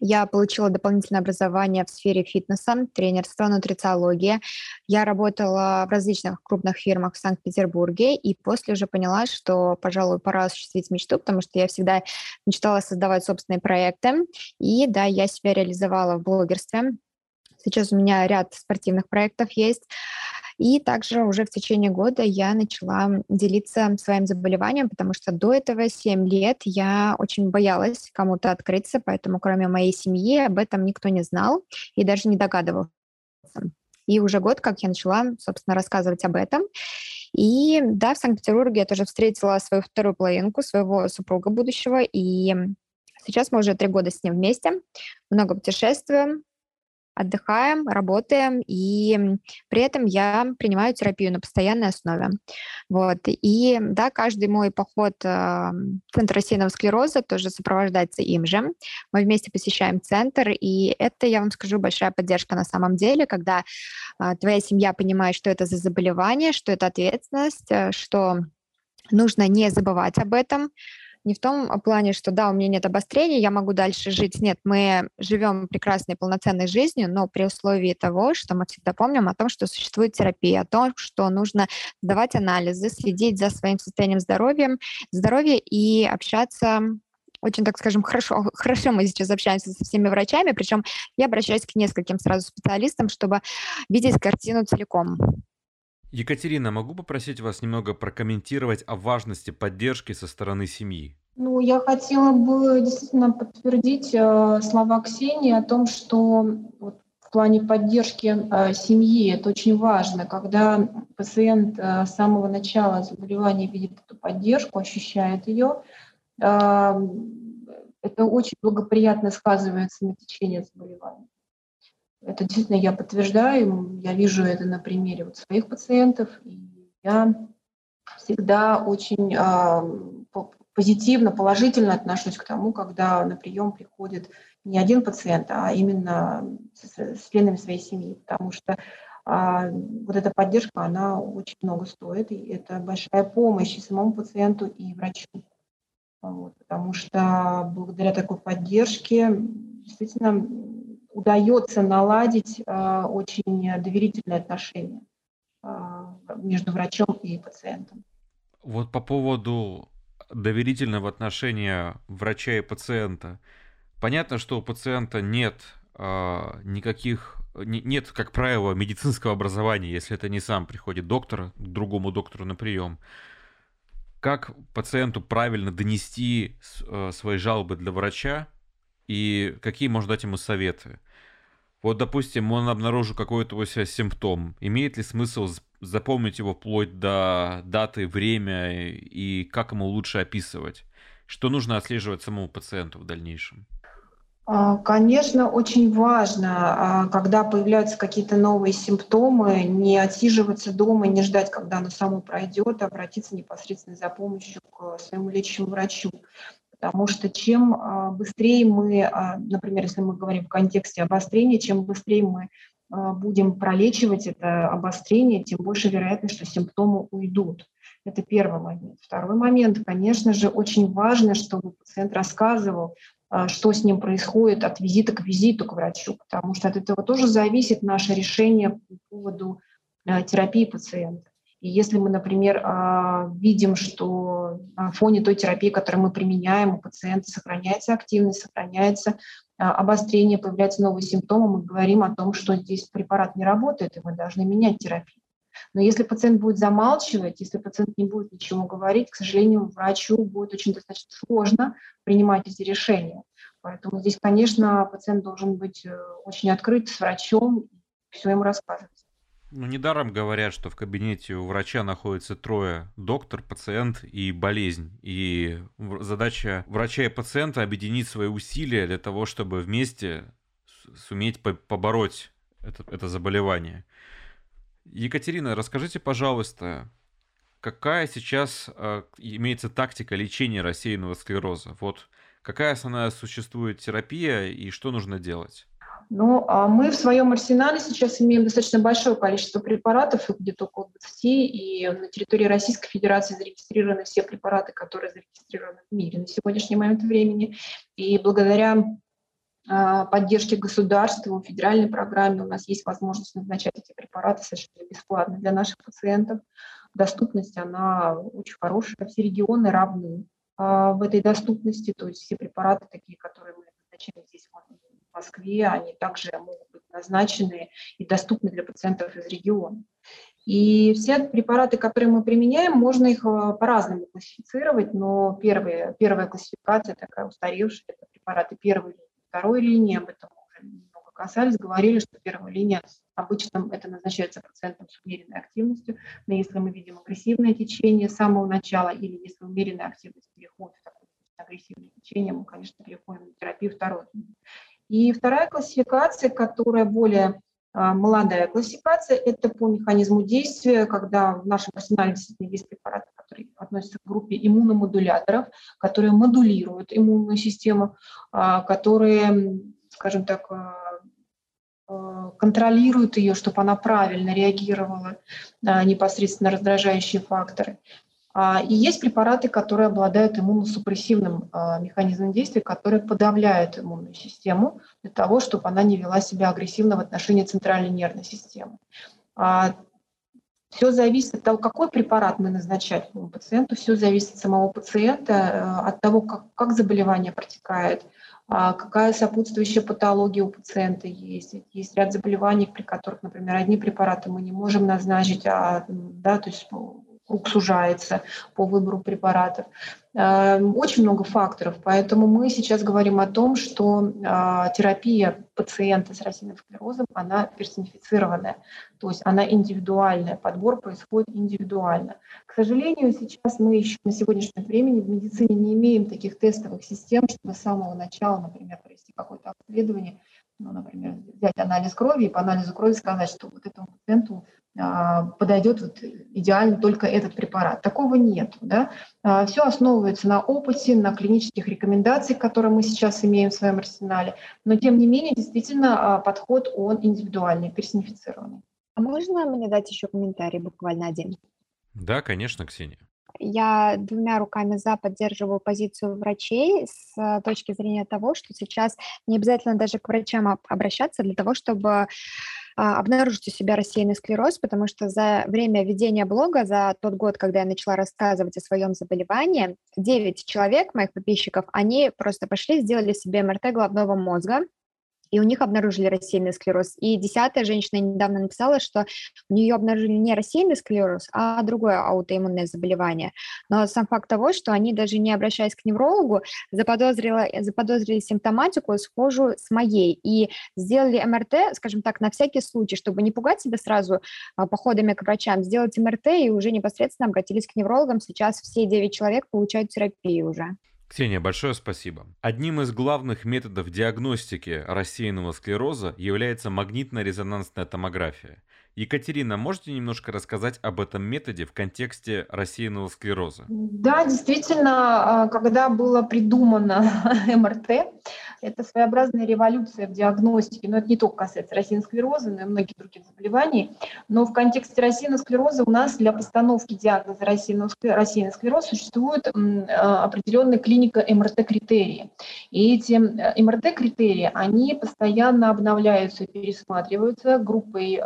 Я получила дополнительное образование в сфере фитнеса, тренерства, нутрициология. Я работала в различных крупных фирмах в Санкт-Петербурге, и после уже поняла, что, пожалуй, пора осуществить мечту, потому что я всегда мечтала создавать собственные проекты. И да, я себя реализовала в блогерстве. Сейчас у меня ряд спортивных проектов есть. И также уже в течение года я начала делиться своим заболеванием, потому что до этого 7 лет я очень боялась кому-то открыться, поэтому кроме моей семьи об этом никто не знал и даже не догадывался. И уже год, как я начала, собственно, рассказывать об этом. И да, в Санкт-Петербурге я тоже встретила свою вторую половинку, своего супруга будущего, и сейчас мы уже 3 года с ним вместе, много путешествуем, отдыхаем, работаем, и при этом я принимаю терапию на постоянной основе. Вот. И да, каждый мой поход в Центр рассеянного склероза тоже сопровождается им же. Мы вместе посещаем центр, и это, я вам скажу, большая поддержка на самом деле, когда твоя семья понимает, что это за заболевание, что это ответственность, что нужно не забывать об этом, не в том плане, что да, у меня нет обострения, я могу дальше жить. Нет, мы живем прекрасной полноценной жизнью, но при условии того, что мы всегда помним о том, что существует терапия, о том, что нужно сдавать анализы, следить за своим состоянием здоровья и общаться очень, так скажем, хорошо мы сейчас общаемся со всеми врачами, причем я обращаюсь к нескольким сразу специалистам, чтобы видеть картину целиком. Екатерина, могу попросить вас немного прокомментировать о важности поддержки со стороны семьи? Ну, я хотела бы действительно подтвердить слова Ксении о том, что вот в плане поддержки семьи это очень важно, когда пациент с самого начала заболевания видит эту поддержку, ощущает ее, это очень благоприятно сказывается на течение заболевания. Это действительно я подтверждаю, я вижу это на примере вот своих пациентов, и я всегда очень позитивно, положительно отношусь к тому, когда на прием приходит не один пациент, а именно с членами своей семьи, потому что вот эта поддержка, она очень много стоит, и это большая помощь и самому пациенту, и врачу. Вот, потому что благодаря такой поддержке действительно удается наладить очень доверительные отношения между врачом и пациентом. Вот по поводу доверительного отношения врача и пациента. Понятно, что у пациента нет нет, как правило, медицинского образования, если это не сам приходит доктор к другому доктору на прием. Как пациенту правильно донести свои жалобы для врача и какие можно дать ему советы? Вот, допустим, он обнаружил какой-то у себя симптом. Имеет ли смысл запомнить его вплоть до даты, время и как ему лучше описывать? Что нужно отслеживать самому пациенту в дальнейшем? Конечно, очень важно, когда появляются какие-то новые симптомы, не отсиживаться дома, не ждать, когда оно само пройдет, а обратиться непосредственно за помощью к своему лечащему врачу. Потому что чем быстрее мы, например, если мы говорим в контексте обострения, чем быстрее мы будем пролечивать это обострение, тем больше вероятность, что симптомы уйдут. Это первый момент. Второй момент, конечно же, очень важно, чтобы пациент рассказывал, что с ним происходит от визита к визиту к врачу, потому что от этого тоже зависит наше решение по поводу терапии пациента. И если мы, например, видим, что на фоне той терапии, которую мы применяем, у пациента сохраняется активность, сохраняется обострение, появляются новые симптомы, мы говорим о том, что здесь препарат не работает, и мы должны менять терапию. Но если пациент будет замалчивать, если пациент не будет ничего говорить, к сожалению, врачу будет очень достаточно сложно принимать эти решения. Поэтому здесь, конечно, пациент должен быть очень открыт с врачом, все ему рассказывать. Ну, недаром говорят, что в кабинете у врача находится трое: доктор, пациент и болезнь. И задача врача и пациента — объединить свои усилия для того, чтобы вместе суметь побороть это заболевание. Екатерина, расскажите, пожалуйста, какая сейчас имеется тактика лечения рассеянного склероза? Вот какая основная существует терапия и что нужно делать? Ну, мы в своем арсенале сейчас имеем достаточно большое количество препаратов, их где-то около 20, и на территории Российской Федерации зарегистрированы все препараты, которые зарегистрированы в мире на сегодняшний момент времени. И благодаря поддержки государства, в федеральной программе у нас есть возможность назначать эти препараты совершенно бесплатно для наших пациентов. Доступность, она очень хорошая, все регионы равны в этой доступности, то есть все препараты, такие, которые мы назначаем здесь в Москве, они также могут быть назначены и доступны для пациентов из региона. И все препараты, которые мы применяем, можно их по-разному классифицировать, но первая классификация такая устаревшая, это препараты первой линии, второй линии, об этом мы уже немного касались, говорили, что первая линия обычно это назначается пациентам с умеренной активностью, но если мы видим агрессивное течение с самого начала или если умеренная активность переходит в такое агрессивное течение, мы, конечно, переходим на терапию второй линии. И вторая классификация, которая более молодая классификация, это по механизму действия, когда в нашем арсенале действительно есть препараты, которые относятся к группе иммуномодуляторов, которые модулируют иммунную систему, которые, скажем так, контролируют ее, чтобы она правильно реагировала на непосредственно раздражающие факторы. И есть препараты, которые обладают иммуносупрессивным механизмом действия, которые подавляют иммунную систему для того, чтобы она не вела себя агрессивно в отношении центральной нервной системы. Все зависит от того, какой препарат мы назначаем пациенту, все зависит от самого пациента, от того, как заболевание протекает, какая сопутствующая патология у пациента есть. Есть ряд заболеваний, при которых, например, одни препараты мы не можем назначить, то есть круг сужается по выбору препаратов. Очень много факторов, поэтому мы сейчас говорим о том, что терапия пациента с рассеянным склерозом, она персонифицированная, то есть она индивидуальная, подбор происходит индивидуально. К сожалению, сейчас мы еще на сегодняшнем времени в медицине не имеем таких тестовых систем, чтобы с самого начала, например, провести какое-то обследование, например, взять анализ крови и по анализу крови сказать, что вот этому пациенту подойдет идеально только этот препарат. Такого нет. Да? Все основывается на опыте, на клинических рекомендациях, которые мы сейчас имеем в своем арсенале. Но, тем не менее, действительно, подход, он индивидуальный, персонифицированный. А можно мне дать еще комментарий, буквально один? Да, конечно, Ксения. Я двумя руками поддерживаю позицию врачей с точки зрения того, что сейчас не обязательно даже к врачам обращаться для того, чтобы обнаружить у себя рассеянный склероз, потому что за время ведения блога, за тот год, когда я начала рассказывать о своем заболевании, 9 человек, моих подписчиков, они просто пошли, сделали себе МРТ головного мозга, и у них обнаружили рассеянный склероз. И 10-я женщина недавно написала, что у нее обнаружили не рассеянный склероз, а другое аутоиммунное заболевание. Но сам факт того, что они, даже не обращаясь к неврологу, заподозрили симптоматику, схожую с моей, и сделали МРТ, скажем так, на всякий случай, чтобы не пугать себя сразу походами к врачам, сделать МРТ и уже непосредственно обратились к неврологам. Сейчас все 9 человек получают терапию уже. Ксения, большое спасибо. Одним из главных методов диагностики рассеянного склероза является магнитно-резонансная томография. Екатерина, можете немножко рассказать об этом методе в контексте рассеянного склероза? Да, действительно, когда было придумано МРТ, это своеобразная революция в диагностике, но это не только касается рассеянного склероза, но и многих других заболеваний. Но в контексте рассеянного склероза у нас для постановки диагноза рассеянный склероз существует определенная клиника МРТ-критерии. И эти МРТ-критерии, они постоянно обновляются и пересматриваются группой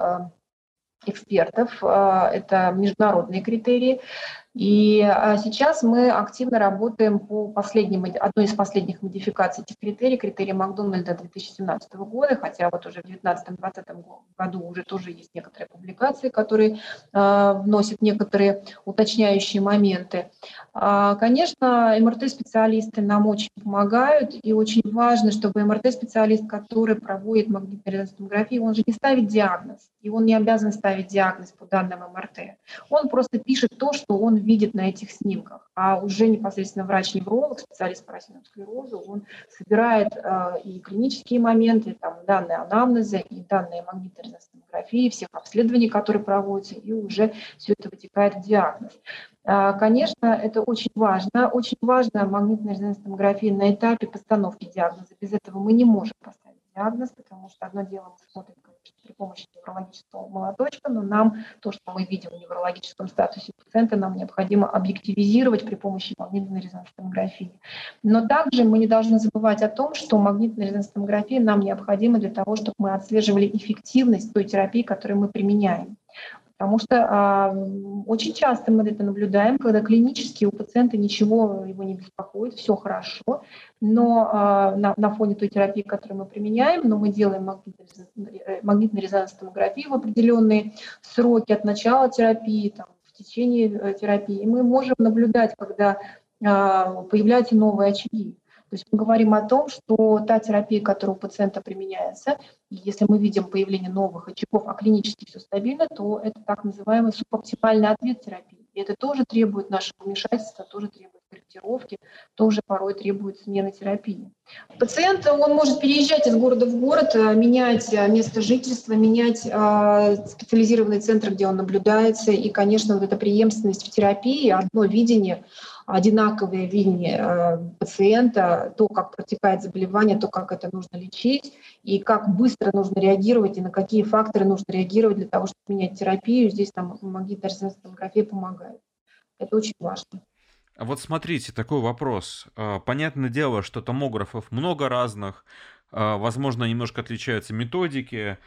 экспертов, это международные критерии. И сейчас мы активно работаем по одной из последних модификаций этих критерий Макдональда 2017 года, хотя вот уже в 2019-2020 году уже тоже есть некоторые публикации, которые вносят некоторые уточняющие моменты. Конечно, МРТ-специалисты нам очень помогают, и очень важно, чтобы МРТ-специалист, который проводит магнитно-резонансную томографию, он же не ставит диагноз, и он не обязан ставить диагноз по данным МРТ. Он просто пишет то, что он видит на этих снимках. А уже непосредственно врач-невролог, специалист по рассеянному склерозу, он собирает и клинические моменты, там, данные анамнеза, и данные магнитно-резонансной томографии, всех обследований, которые проводятся, и уже все это вытекает в диагноз. Конечно, это очень важно. Очень важна магнитно-резонансная томография на этапе постановки диагноза. Без этого мы не можем поставить диагноз, потому что одно дело мы смотрим что при помощи неврологического молоточка, но нам то, что мы видим в неврологическом статусе пациента, нам необходимо объективизировать при помощи магнитной резонансной томографии. Но также мы не должны забывать о том, что магнитная резонансная томография нам необходима для того, чтобы мы отслеживали эффективность той терапии, которую мы применяем. Потому что очень часто мы это наблюдаем, когда клинически у пациента ничего его не беспокоит, все хорошо, но на фоне той терапии, которую мы применяем, но мы делаем магнитно-резонансную томографию в определенные сроки от начала терапии, там, в течение терапии, и мы можем наблюдать, когда появляются новые очаги. То есть мы говорим о том, что та терапия, которая у пациента применяется, и если мы видим появление новых очагов, а клинически все стабильно, то это так называемый субоптимальный ответ терапии. И это тоже требует нашего вмешательства, тоже требует корректировки, тоже порой требует смены терапии. Пациент, он может переезжать из города в город, менять место жительства, менять специализированный центр, где он наблюдается. И, конечно, вот эта преемственность в терапии, одно видение, одинаковое видение пациента, то, как протекает заболевание, то, как это нужно лечить, и как быстро нужно реагировать, и на какие факторы нужно реагировать для того, чтобы менять терапию. Здесь нам магнитная резонансная томография помогает. Это очень важно. А вот смотрите, такой вопрос. Понятное дело, что томографов много разных, возможно, немножко отличаются методики.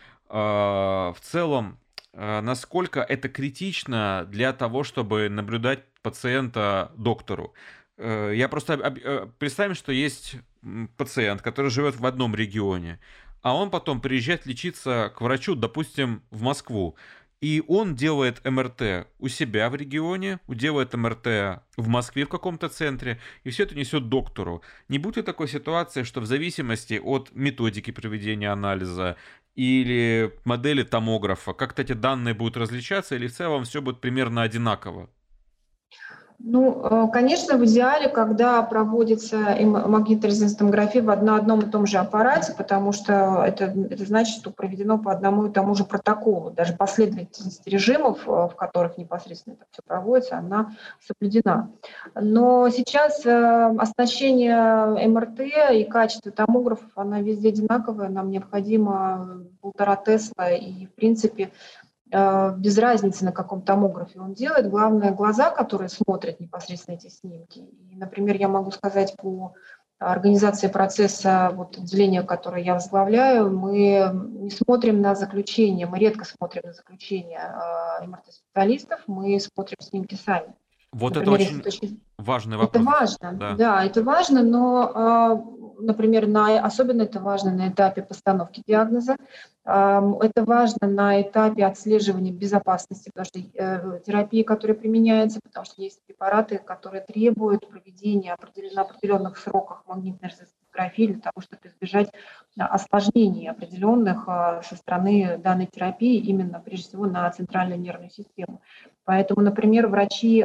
В целом, насколько это критично для того, чтобы наблюдать пациента доктору? Я просто представим, что есть пациент, который живет в одном регионе, а он потом приезжает лечиться к врачу, допустим, в Москву. И он делает МРТ у себя в регионе, делает МРТ в Москве в каком-то центре, и все это несет доктору. Не будет ли такой ситуации, что в зависимости от методики проведения анализа или модели томографа, как-то эти данные будут различаться, или в целом все будет примерно одинаково? Ну, конечно, в идеале, когда проводится магнитно-резонансная томография на одном и том же аппарате, потому что это значит, что проведено по одному и тому же протоколу. Даже последовательность режимов, в которых непосредственно это все проводится, она соблюдена. Но сейчас оснащение МРТ и качество томографов, она везде одинаковая. Нам необходимо 1,5 Тесла, и, в принципе, без разницы, на каком томографе он делает. Главное, глаза, которые смотрят непосредственно эти снимки. И, например, я могу сказать по организации процесса отделения, которое я возглавляю, мы не смотрим на заключение, мы редко смотрим на заключение МРТ-специалистов, мы смотрим снимки сами. Вот Например, это очень важный вопрос. Это важно, да, это важно, но, например, особенно это важно на этапе постановки диагноза, это важно на этапе отслеживания безопасности каждой терапии, которая применяется, потому что есть препараты, которые требуют проведения на определенных сроках магнитной резонансной томографии для того, чтобы избежать осложнений определенных со стороны данной терапии, именно прежде всего на центральную нервную систему. Поэтому, например, врачи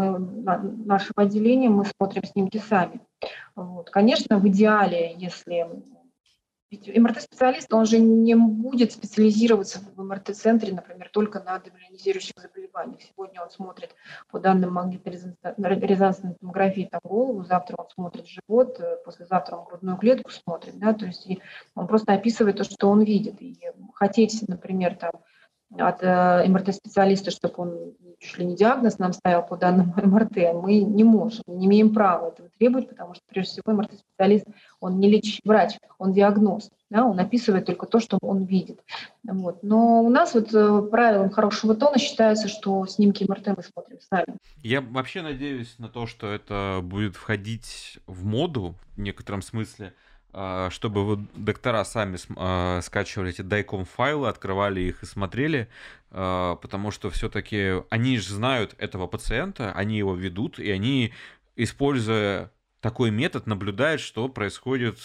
нашего отделения, мы смотрим снимки сами. Конечно, в идеале, если... Ведь МРТ-специалист, он же не будет специализироваться в МРТ-центре, например, только на демиелинизирующих заболеваниях. Сегодня он смотрит по данным магнитно-резонансной томографии голову, завтра он смотрит живот, послезавтра он грудную клетку смотрит, да, то есть он просто описывает то, что он видит. И хотеть, например, от МРТ-специалиста, чтобы он чуть ли не диагноз нам ставил по данному МРТ, мы не можем, не имеем права этого требовать, потому что, прежде всего, МРТ-специалист, он не лечащий врач, он диагност, да, он описывает только то, что он видит. Но у нас правилом хорошего тона считается, что снимки МРТ мы смотрим сами. Я вообще надеюсь на то, что это будет входить в моду в некотором смысле, чтобы доктора сами скачивали эти дайком-файлы, открывали их и смотрели, потому что все-таки они же знают этого пациента, они его ведут, и они, используя такой метод, наблюдают, что происходит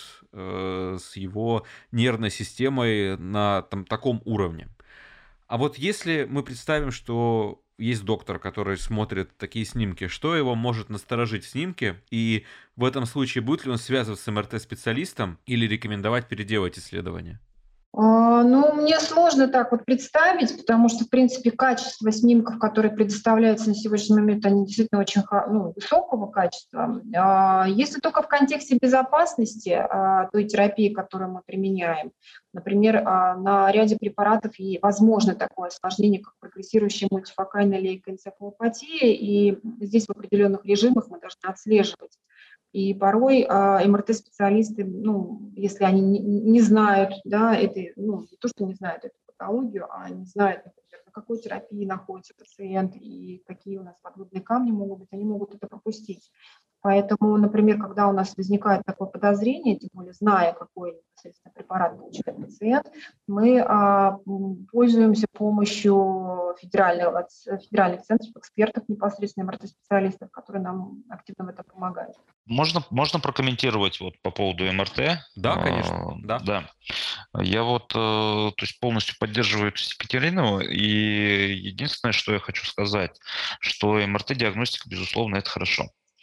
с его нервной системой на таком уровне. А вот если мы представим, что есть доктор, который смотрит такие снимки, что его может насторожить в снимке, и в этом случае будет ли он связываться с МРТ-специалистом или рекомендовать переделать исследование? Ну, мне сложно так вот представить, потому что, в принципе, качество снимков, которые предоставляются на сегодняшний момент, они действительно очень высокого качества. Если только в контексте безопасности той терапии, которую мы применяем, например, на ряде препаратов и возможно такое осложнение, как прогрессирующая мультифокальная лейкоэнцефалопатия, и здесь в определенных режимах мы должны отслеживать. И порой МРТ-специалисты, если они не знают, да, не то, что не знают эту патологию, а не знают, например, на какой терапии находится пациент и какие у нас подводные камни могут быть, они могут это пропустить. Поэтому, например, когда у нас возникает такое подозрение, тем более зная, какой непосредственно препарат получает пациент, мы пользуемся помощью федеральных центров, экспертов, непосредственно МРТ-специалистов, которые нам активно в этом помогают. Можно прокомментировать вот по поводу МРТ? Да, конечно. Да. Я то есть полностью поддерживаю Екатерину, и единственное, что я хочу сказать, что МРТ-диагностика, безусловно, это хорошо.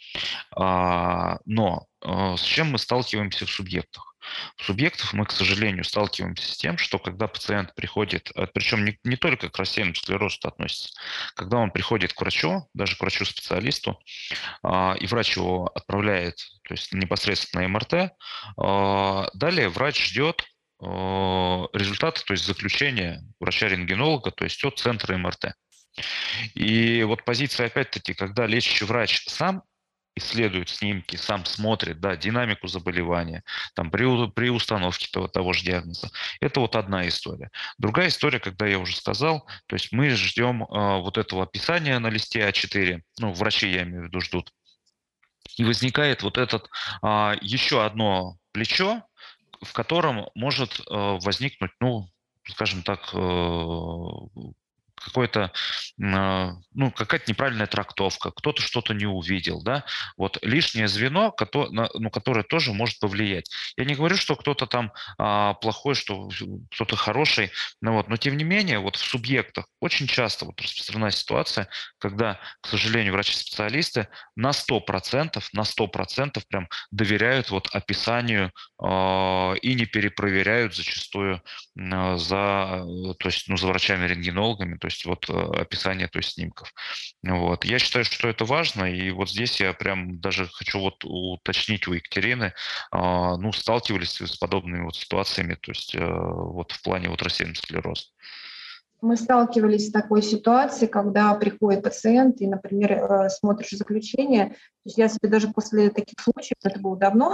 Но с чем мы сталкиваемся в субъектах? В субъектах мы, к сожалению, сталкиваемся с тем, что когда пациент приходит, причем не только к рассеянному склерозу это относится, когда он приходит к врачу, даже к врачу-специалисту, и врач его отправляет, то есть непосредственно на МРТ, далее врач ждет результаты, то есть заключения врача-рентгенолога, то есть от центра МРТ. И вот позиция, опять-таки, когда лечащий врач сам исследует снимки, сам смотрит, да, динамику заболевания, там, при установке того же диагноза. Это вот одна история. Другая история, когда я уже сказал, то есть мы ждем вот этого описания на листе А4, врачи, я имею в виду, ждут. И возникает вот этот еще одно плечо, в котором может возникнуть, скажем так, какая-то неправильная трактовка, кто-то что-то не увидел, да, вот лишнее звено, которое тоже может повлиять. Я не говорю, что кто-то там плохой, что кто-то хороший, но тем не менее, вот в субъектах очень часто вот распространена ситуация, когда, к сожалению, врачи-специалисты на 100% прям доверяют вот описанию и не перепроверяют зачастую за врачами-рентгенологами, то есть вот описание, то есть снимков. Вот. Я считаю, что это важно, и вот здесь я прям даже хочу вот уточнить у Екатерины, сталкивались вы с подобными вот ситуациями, то есть вот в плане вот рассеянного склероза? Мы сталкивались с такой ситуацией, когда приходит пациент и, например, смотришь заключение. То есть я себе даже после таких случаев, это было давно,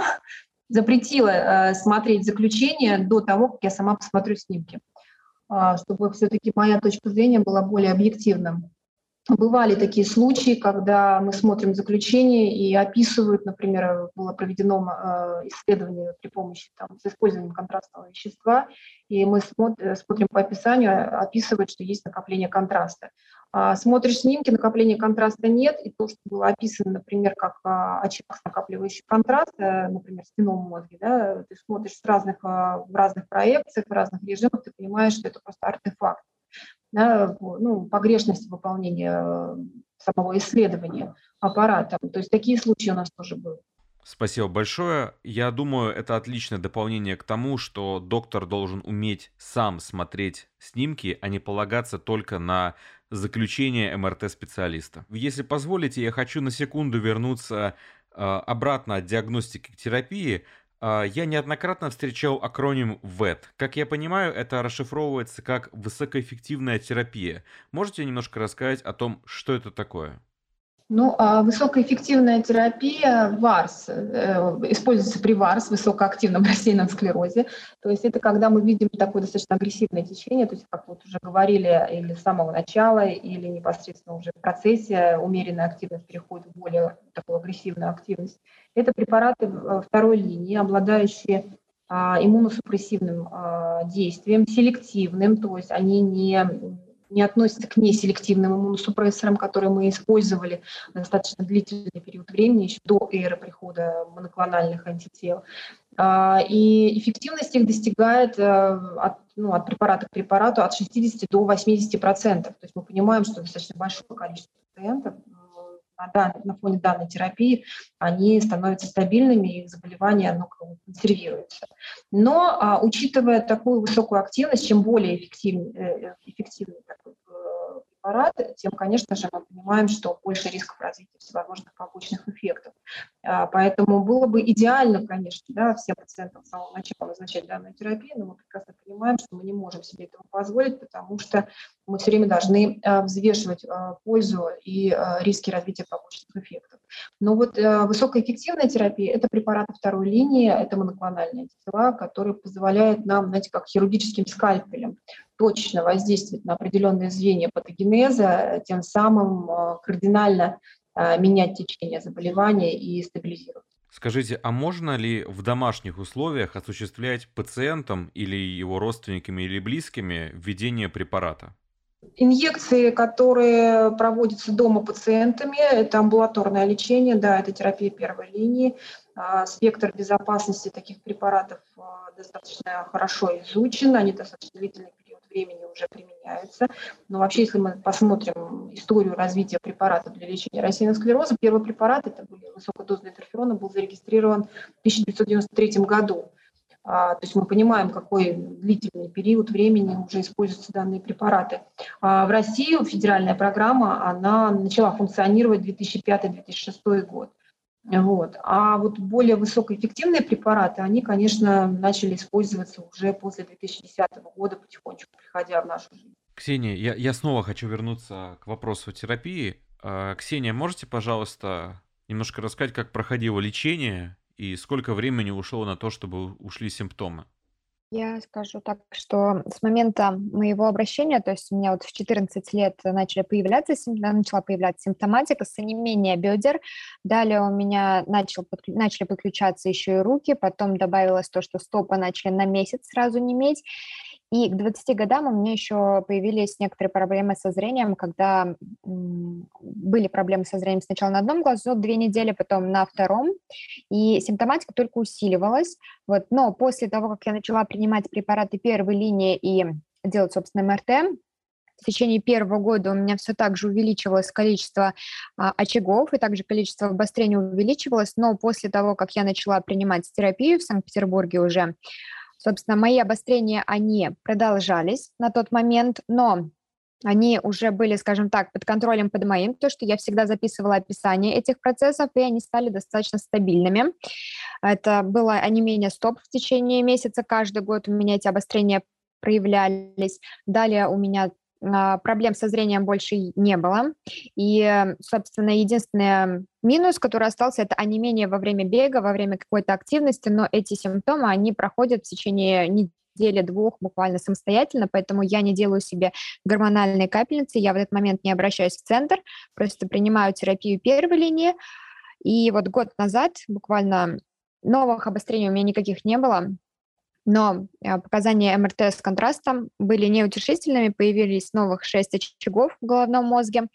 запретила смотреть заключение до того, как я сама посмотрю снимки, чтобы все-таки моя точка зрения была более объективна. Бывали такие случаи, когда мы смотрим заключение и описывают, например, было проведено исследование при помощи с использованием контрастного вещества, и мы смотрим по описанию, описывают, что есть накопление контраста. Смотришь снимки, накопления контраста нет, и то, что было описано, например, как очаг накапливающий контраст, например, в спинном мозге, да, ты смотришь в разных проекциях, в разных режимах, ты понимаешь, что это просто артефакт. Да, погрешность выполнения самого исследования аппаратом. То есть такие случаи у нас тоже были. Спасибо большое. Я думаю, это отличное дополнение к тому, что доктор должен уметь сам смотреть снимки, а не полагаться только на заключение МРТ-специалиста. Если позволите, я хочу на секунду вернуться обратно от диагностики к терапии. Я неоднократно встречал акроним ВЭТ. Как я понимаю, это расшифровывается как высокоэффективная терапия. Можете немножко рассказать о том, что это такое? Высокоэффективная терапия ВАРС используется при ВАРС, высокоактивном рассеянном склерозе. То есть это когда мы видим такое достаточно агрессивное течение, то есть, как вот уже говорили, или с самого начала, или непосредственно уже в процессе умеренная активность переходит в более такую агрессивную активность. Это препараты второй линии, обладающие иммуносупрессивным действием, селективным, то есть они не относятся к неселективным иммуносупрессорам, которые мы использовали достаточно длительный период времени, еще до эры прихода моноклональных антител. И эффективность их достигает от препарата к препарату от 60 до 80%. То есть мы понимаем, что достаточно большое количество пациентов на фоне данной терапии они становятся стабильными, и их заболевание оно как бы консервируется. Но учитывая такую высокую активность, чем более эффективный такой препарат, тем, конечно же, мы понимаем, что больше рисков развития всевозможных побочных эффектов. Поэтому было бы идеально, конечно, да, всем пациентам с самого начала назначать данную терапию, но мы прекрасно понимаем, что мы не можем себе этого позволить, потому что мы все время должны взвешивать пользу и риски развития побочных эффектов. Но вот высокоэффективная терапия – это препараты второй линии, это моноклональные антитела, которые позволяют нам, знаете, как хирургическим скальпелем точно воздействовать на определенные звенья патогенеза, тем самым кардинально менять течение заболевания и стабилизировать. Скажите, а можно ли в домашних условиях осуществлять пациентам или его родственниками или близкими введение препарата? Инъекции, которые проводятся дома пациентами, это амбулаторное лечение, да, это терапия первой линии. Спектр безопасности таких препаратов достаточно хорошо изучен, они достаточно длительный период времени уже применяются. Но вообще, если мы посмотрим историю развития препаратов для лечения рассеянного склероза, первый препарат, это были высокодозные интерфероны, был зарегистрирован в 1993 году. То есть мы понимаем, какой длительный период времени уже используются данные препараты. В России федеральная программа, она начала функционировать в 2005-2006 год. Вот. А вот более высокоэффективные препараты, они, конечно, начали использоваться уже после 2010 года, потихонечку приходя в нашу жизнь. Ксения, я снова хочу вернуться к вопросу терапии. Ксения, можете, пожалуйста, немножко рассказать, как проходило лечение и сколько времени ушло на то, чтобы ушли симптомы? Я скажу так, что с момента моего обращения, то есть у меня вот в 14 лет начала появляться симптоматика с онемения бедер, далее у меня начали подключаться еще и руки, потом добавилось то, что стопы начали на месяц сразу неметь, и к 20 годам у меня еще появились некоторые проблемы со зрением, когда были проблемы со зрением сначала на одном глазу 2 недели, потом на втором, и симптоматика только усиливалась. Вот. Но после того, как я начала принимать препараты первой линии и делать, собственно, МРТ, в течение первого года у меня все так же увеличивалось количество очагов, и также количество обострений увеличивалось, но после того, как я начала принимать терапию в Санкт-Петербурге уже, собственно, мои обострения, они продолжались на тот момент, но они уже были, скажем так, под контролем под моим, то, что я всегда записывала описание этих процессов, и они стали достаточно стабильными. Это было онемение стоп в течение месяца, каждый год у меня эти обострения проявлялись. Далее у меня проблем со зрением больше не было. И, собственно, единственный минус, который остался, это онемение во время бега, во время какой-то активности, но эти симптомы, они проходят в течение недели-двух буквально самостоятельно, поэтому я не делаю себе гормональные капельницы, я в этот момент не обращаюсь в центр, просто принимаю терапию первой линии. И вот год назад буквально новых обострений у меня никаких не было, но показания МРТ с контрастом были неутешительными, появились новых 6 очагов в головном мозге,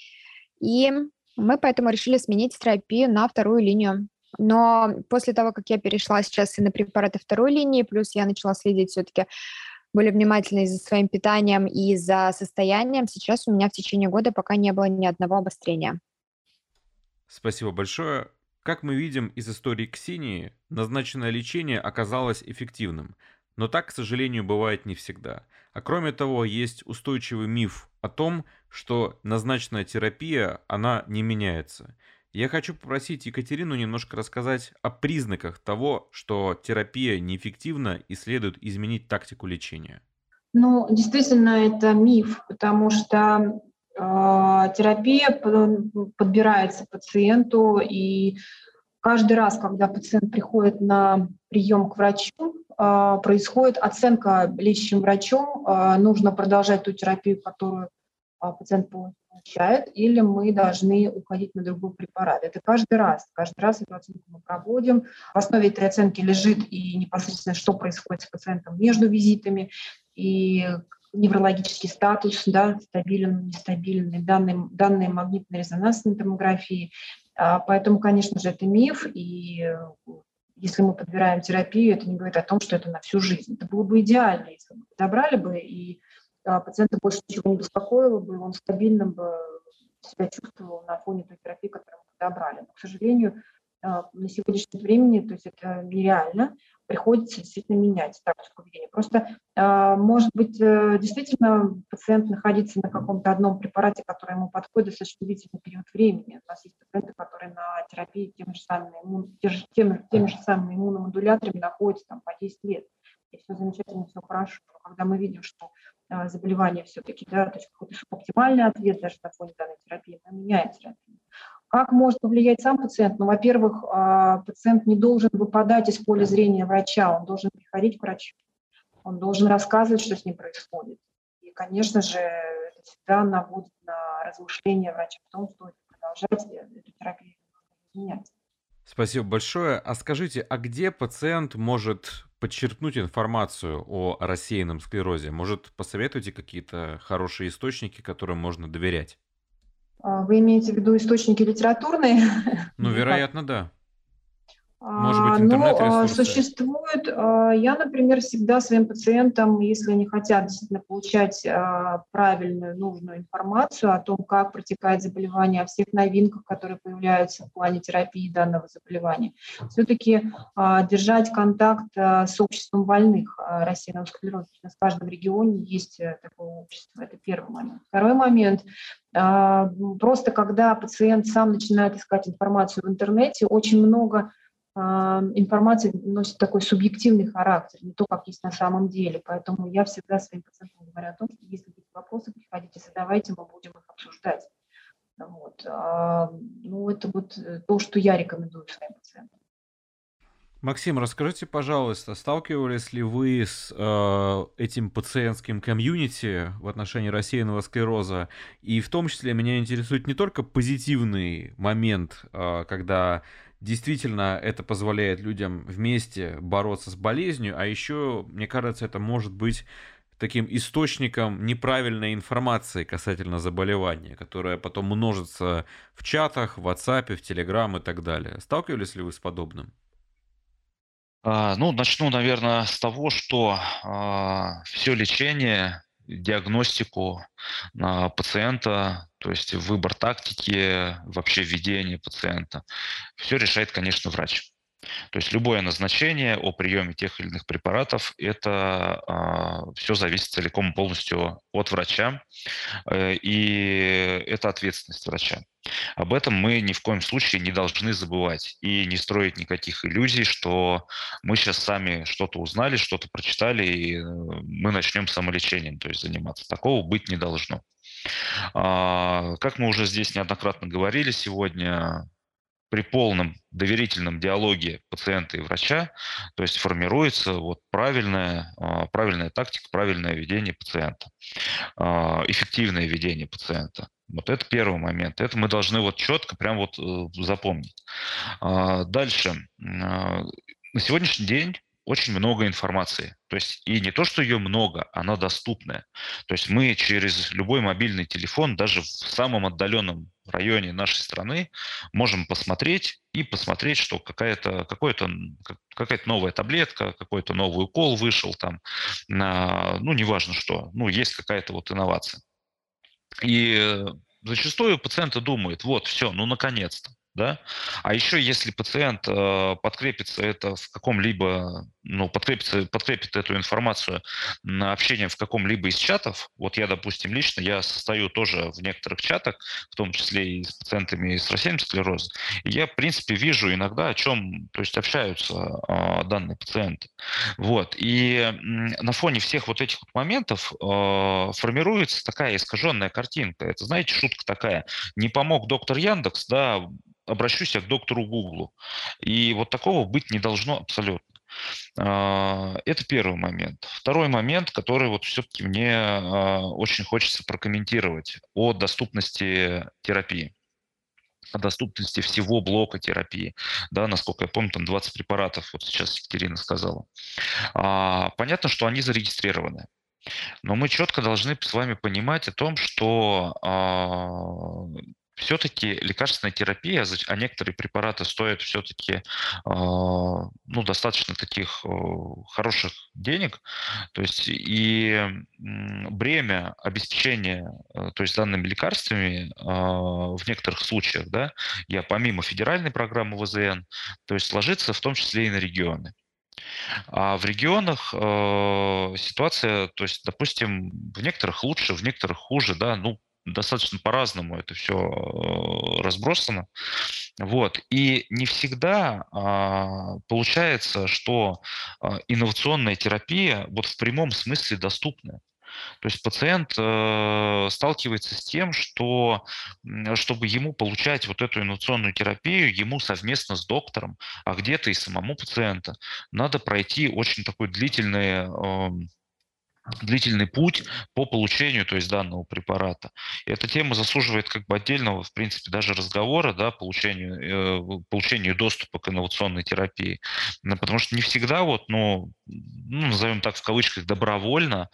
и мы поэтому решили сменить терапию на вторую линию. Но после того, как я перешла сейчас и на препараты второй линии, плюс я начала следить все-таки более внимательно и за своим питанием, и за состоянием, сейчас у меня в течение года пока не было ни одного обострения. Спасибо большое. Как мы видим из истории Ксении, назначенное лечение оказалось эффективным, но так, к сожалению, бывает не всегда. А кроме того, есть устойчивый миф о том, что назначенная терапия, она не меняется. Я хочу попросить Екатерину немножко рассказать о признаках того, что терапия неэффективна и следует изменить тактику лечения. Ну, действительно, это миф, потому что терапия подбирается пациенту, и каждый раз, когда пациент приходит на прием к врачу, происходит оценка лечащим врачом, нужно продолжать ту терапию, которую пациент получает, или мы должны уходить на другой препарат. Это каждый раз эту оценку мы проводим. В основе этой оценки лежит и непосредственно, что происходит с пациентом между визитами, и неврологический статус, да, стабилен, нестабильный, данные магнитно-резонансной томографии. Поэтому, конечно же, это миф, и если мы подбираем терапию, это не говорит о том, что это на всю жизнь. Это было бы идеально, если бы подобрали бы, и пациента больше ничего не беспокоило бы, он стабильно бы себя чувствовал на фоне той терапии, которую мы подобрали. Но, к сожалению, на сегодняшнее время, то есть это нереально, приходится действительно менять тактику ведения. Просто, может быть, действительно пациент находиться на каком-то одном препарате, который ему подходит достаточно длительный период времени. У нас есть пациенты, которые на терапии теми же самыми иммуномодуляторами находятся там, по 10 лет. И все замечательно, все хорошо. Но когда мы видим, что заболевание все-таки, да, то есть какой-то оптимальный ответ даже на фоне данной терапии, мы меняем терапию. Как может повлиять сам пациент? Ну, во-первых, пациент не должен выпадать из поля зрения врача, он должен приходить к врачу, он должен рассказывать, что с ним происходит. И, конечно же, это всегда наводит на размышления врача в том, что продолжать эту терапию менять. Спасибо большое. А скажите, а где пациент может подчеркнуть информацию о рассеянном склерозе? Может, посоветуйте какие-то хорошие источники, которым можно доверять? Вы имеете в виду источники литературные? Ну, вероятно, да. Может быть, интернет-ресурсы? Существует. Я, например, всегда своим пациентам, если они хотят действительно получать правильную, нужную информацию о том, как протекает заболевание, о всех новинках, которые появляются в плане терапии данного заболевания, все-таки держать контакт с обществом больных рассеянного склероза. У нас в каждом регионе есть такое общество. Это первый момент. Второй момент. Просто когда пациент сам начинает искать информацию в интернете, очень много информация носит такой субъективный характер, не то, как есть на самом деле. Поэтому я всегда своим пациентам говорю о том, что если есть вопросы, приходите, задавайте, мы будем их обсуждать. Вот. Ну, это вот то, что я рекомендую своим пациентам. Максим, расскажите, пожалуйста, сталкивались ли вы с этим пациентским комьюнити в отношении рассеянного склероза? И в том числе меня интересует не только позитивный момент, когда действительно это позволяет людям вместе бороться с болезнью, а еще, мне кажется, это может быть таким источником неправильной информации касательно заболевания, которая потом множится в чатах, в WhatsApp, в Telegram и так далее. Сталкивались ли вы с подобным? Ну, начну, наверное, с того, что все лечение, диагностику пациента, то есть выбор тактики, вообще введение пациента, все решает, конечно, врач. То есть любое назначение о приеме тех или иных препаратов, это все зависит целиком и полностью от врача, и это ответственность врача. Об этом мы ни в коем случае не должны забывать и не строить никаких иллюзий, что мы сейчас сами что-то узнали, что-то прочитали, и мы начнем самолечением, то есть заниматься. Такого быть не должно. Как мы уже здесь неоднократно говорили сегодня, при полном доверительном диалоге пациента и врача, то есть формируется вот правильная тактика, правильное ведение пациента, эффективное ведение пациента. Вот это первый момент. Это мы должны вот четко прям вот запомнить. Дальше. На сегодняшний день очень много информации. То есть и не то, что ее много, она доступная. То есть мы через любой мобильный телефон, даже в самом отдаленном районе нашей страны, можем посмотреть, что какая-то новая таблетка, какой-то новый укол вышел там, ну, неважно что, ну, есть какая-то вот инновация. И зачастую пациенты думают, вот, все, ну, наконец-то. Да? А еще если пациент подкрепится это в каком-либо, ну, подкрепит эту информацию общением в каком-либо из чатов, вот я, допустим, лично, я состою тоже в некоторых чатах, в том числе и с пациентами с рассеянным склерозом, и я, в принципе, вижу иногда, о чем, то есть, общаются данные пациенты. Вот. И на фоне всех вот этих вот моментов формируется такая искаженная картинка. Это, знаете, шутка такая. Не помог доктор Яндекс, да, обращусь я к доктору Гуглу. И вот такого быть не должно абсолютно. Это первый момент. Второй момент, который вот все-таки мне очень хочется прокомментировать, о доступности терапии, о доступности всего блока терапии. Да, насколько я помню, там 20 препаратов, вот сейчас Екатерина сказала. Понятно, что они зарегистрированы. Но мы четко должны с вами понимать о том, что все-таки лекарственная терапия, а некоторые препараты стоят все-таки достаточно таких хороших денег, то есть и бремя обеспечения, то есть данными лекарствами в некоторых случаях, да, я помимо федеральной программы ВЗН, то есть ложится в том числе и на регионы. А в регионах ситуация, то есть, допустим, в некоторых лучше, в некоторых хуже, да, ну, достаточно по-разному это все разбросано. Вот. И не всегда получается, что инновационная терапия вот в прямом смысле доступна. То есть пациент сталкивается с тем, что чтобы ему получать вот эту инновационную терапию, ему совместно с доктором, а где-то и самому пациента, надо пройти очень такой длительный путь по получению, то есть данного препарата. И эта тема заслуживает как бы отдельного, в принципе, даже разговора, да, получению доступа к инновационной терапии. Потому что не всегда вот, назовем так в кавычках, добровольно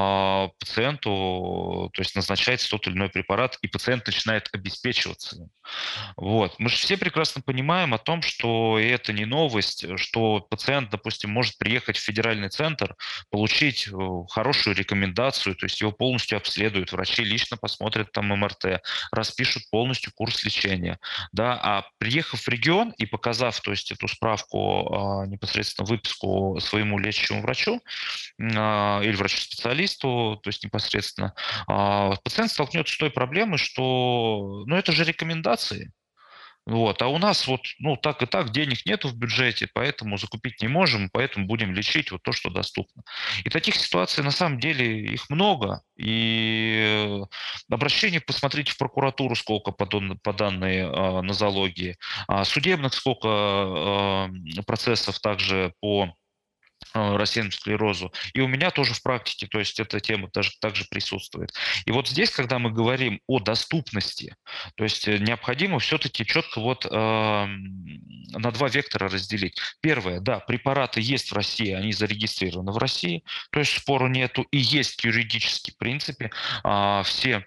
пациенту, то есть назначается тот или иной препарат, и пациент начинает обеспечиваться им. Вот. Мы же все прекрасно понимаем о том, что это не новость, что пациент, допустим, может приехать в федеральный центр, получить хорошую рекомендацию, то есть его полностью обследуют, врачи лично посмотрят там МРТ, распишут полностью курс лечения. Да? А приехав в регион и показав, то есть эту справку, непосредственно выписку своему лечащему врачу или врачу-специалисту, то есть непосредственно, пациент столкнется с той проблемой, что это же рекомендации. Вот. А у нас вот, так и так денег нету в бюджете, поэтому закупить не можем, поэтому будем лечить вот то, что доступно. И таких ситуаций на самом деле их много. И обращений посмотрите в прокуратуру, сколько по данной нозологии, судебных сколько процессов также по рассеянному склерозу. И у меня тоже в практике, то есть эта тема также присутствует. И вот здесь, когда мы говорим о доступности, то есть необходимо все-таки четко вот на два вектора разделить. Первое, да, препараты есть в России, они зарегистрированы в России, то есть спору нету, и есть юридически, в принципе, все,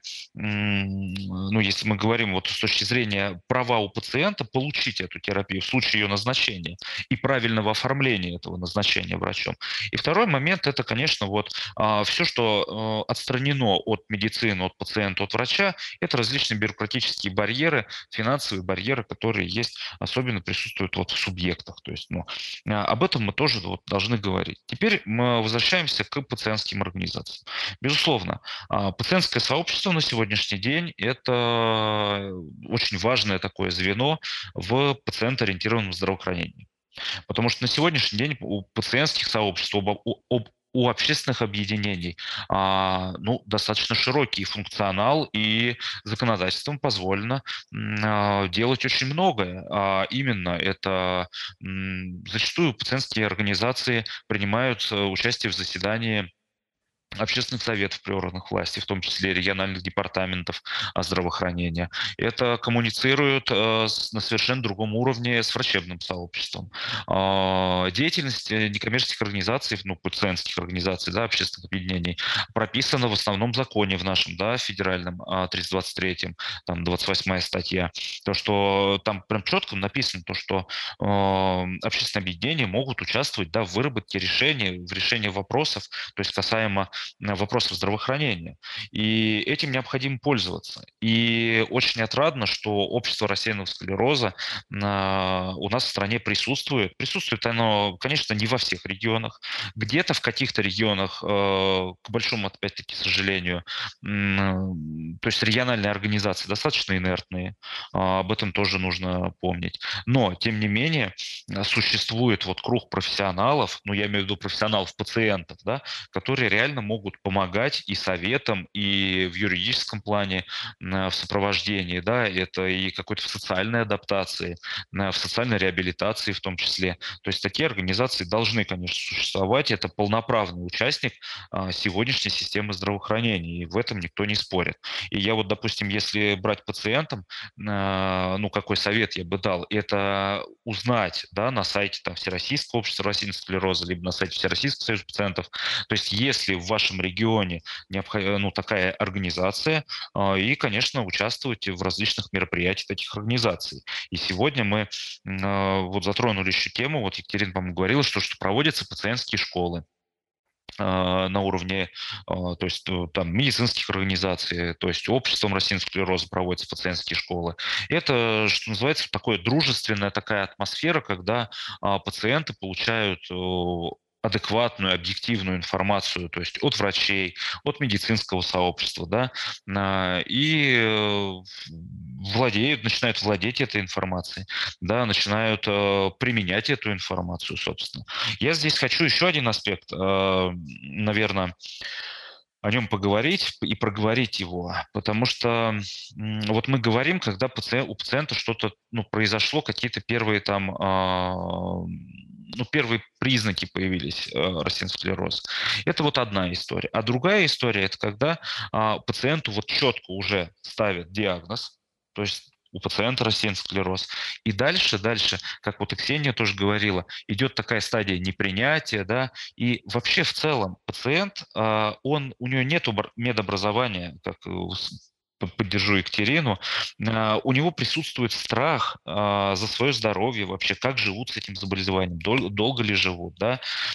если мы говорим вот с точки зрения права у пациента, получить эту терапию в случае ее назначения и правильного оформления этого назначения врачом. И второй момент – это, конечно, вот все, что отстранено от медицины, от пациента, от врача, это различные бюрократические барьеры, финансовые барьеры, которые есть, особенно присутствуют вот в субъектах. То есть, об этом мы тоже вот должны говорить. Теперь мы возвращаемся к пациентским организациям. Безусловно, пациентское сообщество на сегодняшний день – это очень важное такое звено в пациентоориентированном здравоохранении. Потому что на сегодняшний день у пациентских сообществ, у общественных объединений достаточно широкий функционал, и законодательством позволено делать очень многое. Именно это зачастую пациентские организации принимают участие в заседании общественных советов при органах власти, в том числе региональных департаментов здравоохранения. Это коммуницируют на совершенно другом уровне с врачебным сообществом. Деятельность некоммерческих организаций, пациентских организаций, да, общественных объединений прописана в основном законе в нашем, да, федеральном 323-м, там 28-я статья. То, что там прям четко написано, то, что общественные объединения могут участвовать, да, в выработке решений, в решении вопросов, то есть касаемо вопросов здравоохранения. И этим необходимо пользоваться. И очень отрадно, что общество рассеянного склероза у нас в стране присутствует. Присутствует оно, конечно, не во всех регионах. Где-то в каких-то регионах, к большому, опять-таки, сожалению, то есть региональные организации достаточно инертные. Об этом тоже нужно помнить. Но, тем не менее, существует вот круг профессионалов, я имею в виду профессионалов-пациентов, да, которые реально могут помогать и советом, и в юридическом плане, в сопровождении, да, это и какой-то в социальной адаптации, в социальной реабилитации в том числе. То есть такие организации должны, конечно, существовать. Это полноправный участник сегодняшней системы здравоохранения, и в этом никто не спорит. И я вот, допустим, если брать пациентам, ну, какой совет я бы дал, это узнать, да, на сайте там Всероссийского общества рассеянного склероза, либо на сайте Всероссийского союза пациентов, то есть если в вашем регионе ну, такая организация, и, конечно, участвовать в различных мероприятиях таких организаций. И сегодня мы вот затронули еще тему, вот Екатерина, по-моему, говорила, что проводятся пациентские школы на уровне, то есть там медицинских организаций, то есть обществом рассеянного склероза проводятся пациентские школы. Это, что называется, такое дружественная такая атмосфера, когда пациенты получают адекватную, объективную информацию, то есть от врачей, от медицинского сообщества, да, и начинают владеть этой информацией, да, начинают применять эту информацию, собственно. Я здесь хочу еще один аспект, наверное, о нем поговорить и проговорить его, потому что вот мы говорим, когда у пациента что-то, ну, произошло, какие-то первые там, ну, первые признаки появились рассеянного склероза. Это вот одна история. А другая история – это когда пациенту вот четко уже ставят диагноз, то есть у пациента рассеянный склероз. И дальше, как вот и Ксения тоже говорила, идет такая стадия непринятия, да, и вообще в целом пациент, у него нет медобразования, как поддержу Екатерину, у него присутствует страх за свое здоровье вообще, как живут с этим заболеванием, долго ли живут, да,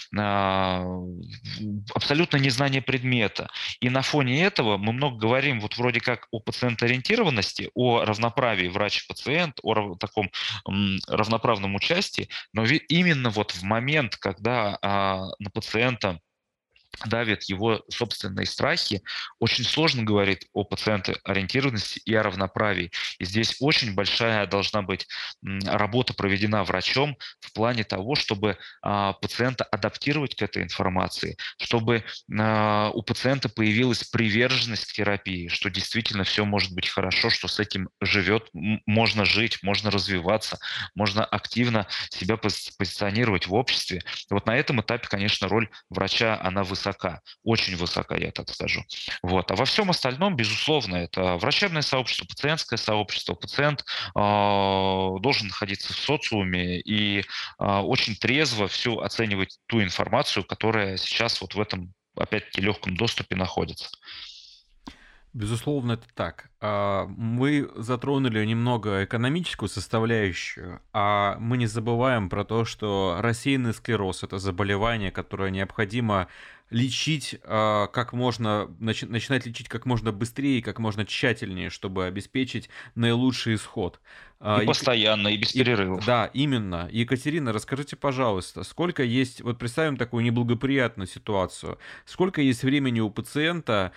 абсолютно незнание предмета. И на фоне этого мы много говорим вот вроде как о пациентоориентированности, о равноправии врач-пациент, о таком равноправном участии, но именно вот в момент, когда на пациента давят его собственные страхи, очень сложно говорить о пациентоориентированности и о равноправии. И здесь очень большая должна быть работа проведена врачом в плане того, чтобы пациента адаптировать к этой информации, чтобы у пациента появилась приверженность к терапии, что действительно все может быть хорошо, что с этим можно жить, можно развиваться, можно активно себя позиционировать в обществе. И вот на этом этапе, конечно, роль врача, она высока, очень высока, я так скажу. Вот. А во всем остальном, безусловно, это врачебное сообщество, пациентское сообщество. Пациент должен находиться в социуме и очень трезво всю оценивать ту информацию, которая сейчас вот в этом, опять-таки, легком доступе находится. Безусловно, это так. Мы затронули немного экономическую составляющую, а мы не забываем про то, что рассеянный склероз – это заболевание, которое необходимо лечить начинать лечить как можно быстрее и как можно тщательнее, чтобы обеспечить наилучший исход. И постоянно, и без перерывов. Да, именно. Екатерина, расскажите, пожалуйста, сколько есть, вот представим такую неблагоприятную ситуацию, сколько есть времени у пациента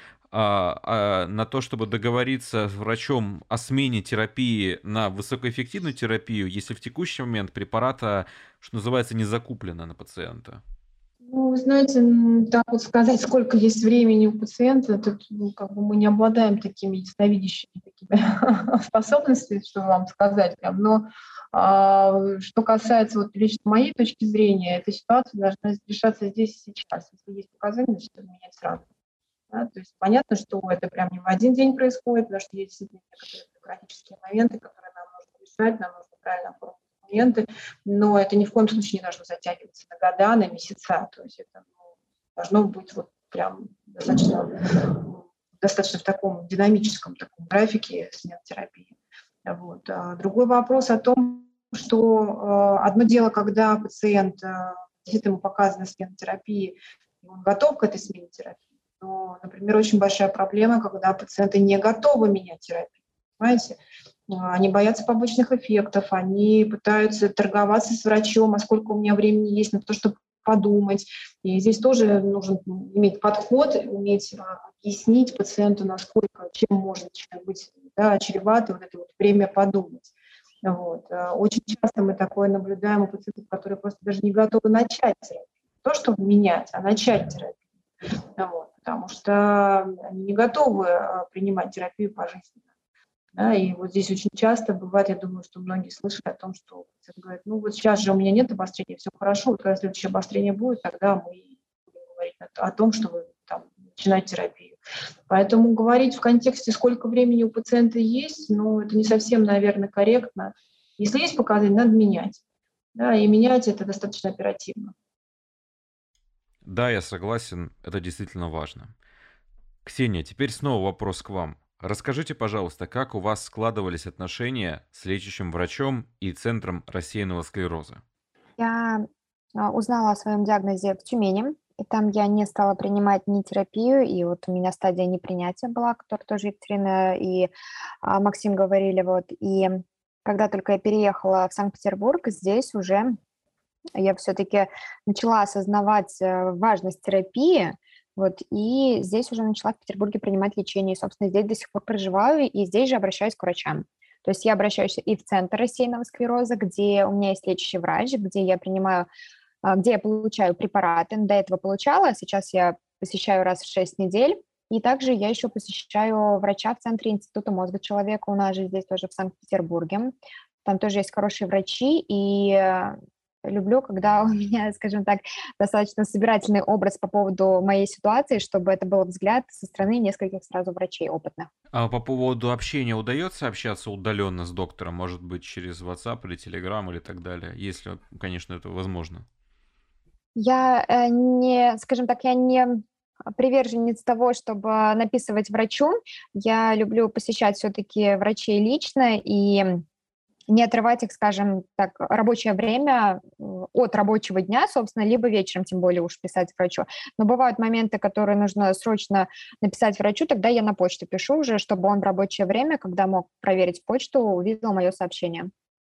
на то, чтобы договориться с врачом о смене терапии на высокоэффективную терапию, если в текущий момент препарата, что называется, не закуплено на пациента? Ну, вы знаете, так вот сказать, сколько есть времени у пациента, тут как бы мы не обладаем такими ясновидящими такими способностями, чтобы вам сказать прям. Но что касается вот лично моей точки зрения, эта ситуация должна решаться здесь и сейчас. Если есть показания, значит, менять сразу. Да? То есть понятно, что это прям не в один день происходит, потому что есть действительно некоторые бюрократические моменты, которые нам нужно решать, нам нужно правильно оформить документы, но это ни в коем случае не должно затягиваться на года, на месяца. То есть это должно быть вот прям достаточно в таком динамическом таком графике смены терапии. Вот. Другой вопрос о том, что одно дело, когда пациент, действительно ему показана смена терапии, и он готов к этой смене терапии. Но, например, очень большая проблема, когда пациенты не готовы менять терапию. Понимаете? Они боятся побочных эффектов, они пытаются торговаться с врачом, а сколько у меня времени есть на то, чтобы подумать. И здесь тоже нужно иметь подход, уметь объяснить пациенту, насколько, чем может быть чревато вот это вот время подумать. Вот. Очень часто мы такое наблюдаем у пациентов, которые просто даже не готовы начать терапию. Не то, чтобы менять, а начать терапию. Вот, потому что они не готовы принимать терапию пожизненно. Да, и вот здесь очень часто бывает, я думаю, что многие слышали о том, что пациент говорит, ну вот сейчас же у меня нет обострения, все хорошо, вот когда следующее обострение будет, тогда мы будем говорить о том, чтобы там, начинать терапию. Поэтому говорить в контексте, сколько времени у пациента есть, ну, это не совсем, наверное, корректно. Если есть показания, надо менять. Да, и менять это достаточно оперативно. Да, я согласен, это действительно важно. Ксения, теперь снова вопрос к вам. Расскажите, пожалуйста, как у вас складывались отношения с лечащим врачом и Центром рассеянного склероза? Я узнала о своем диагнозе в Тюмени, и там я не стала принимать ни терапию, и вот у меня стадия непринятия была, которую тоже Екатерина и Максим говорили. Вот. И когда только я переехала в Санкт-Петербург, здесь уже я все-таки начала осознавать важность терапии, вот, и здесь уже начала в Петербурге принимать лечение, и, собственно, здесь до сих пор проживаю, и здесь же обращаюсь к врачам. То есть я обращаюсь и в Центр рассеянного склероза, где у меня есть лечащий врач, где я где я получаю препараты. До этого получала, сейчас я посещаю раз в 6 недель. И также я еще посещаю врача в Центре Института мозга человека, у нас же здесь тоже в Санкт-Петербурге. Там тоже есть хорошие врачи, и люблю, когда у меня, скажем так, достаточно собирательный образ по поводу моей ситуации, чтобы это был взгляд со стороны нескольких сразу врачей опытных. А по поводу общения удается общаться удаленно с доктором, может быть, через WhatsApp или Telegram или так далее, если, конечно, это возможно? Я скажем так, я не приверженец того, чтобы написывать врачу. Я люблю посещать все-таки врачей лично и не отрывать их, скажем так, рабочее время от рабочего дня, собственно, либо вечером, тем более уж писать врачу. Но бывают моменты, которые нужно срочно написать врачу, тогда я на почту пишу уже, чтобы он в рабочее время, когда мог проверить почту, увидел мое сообщение.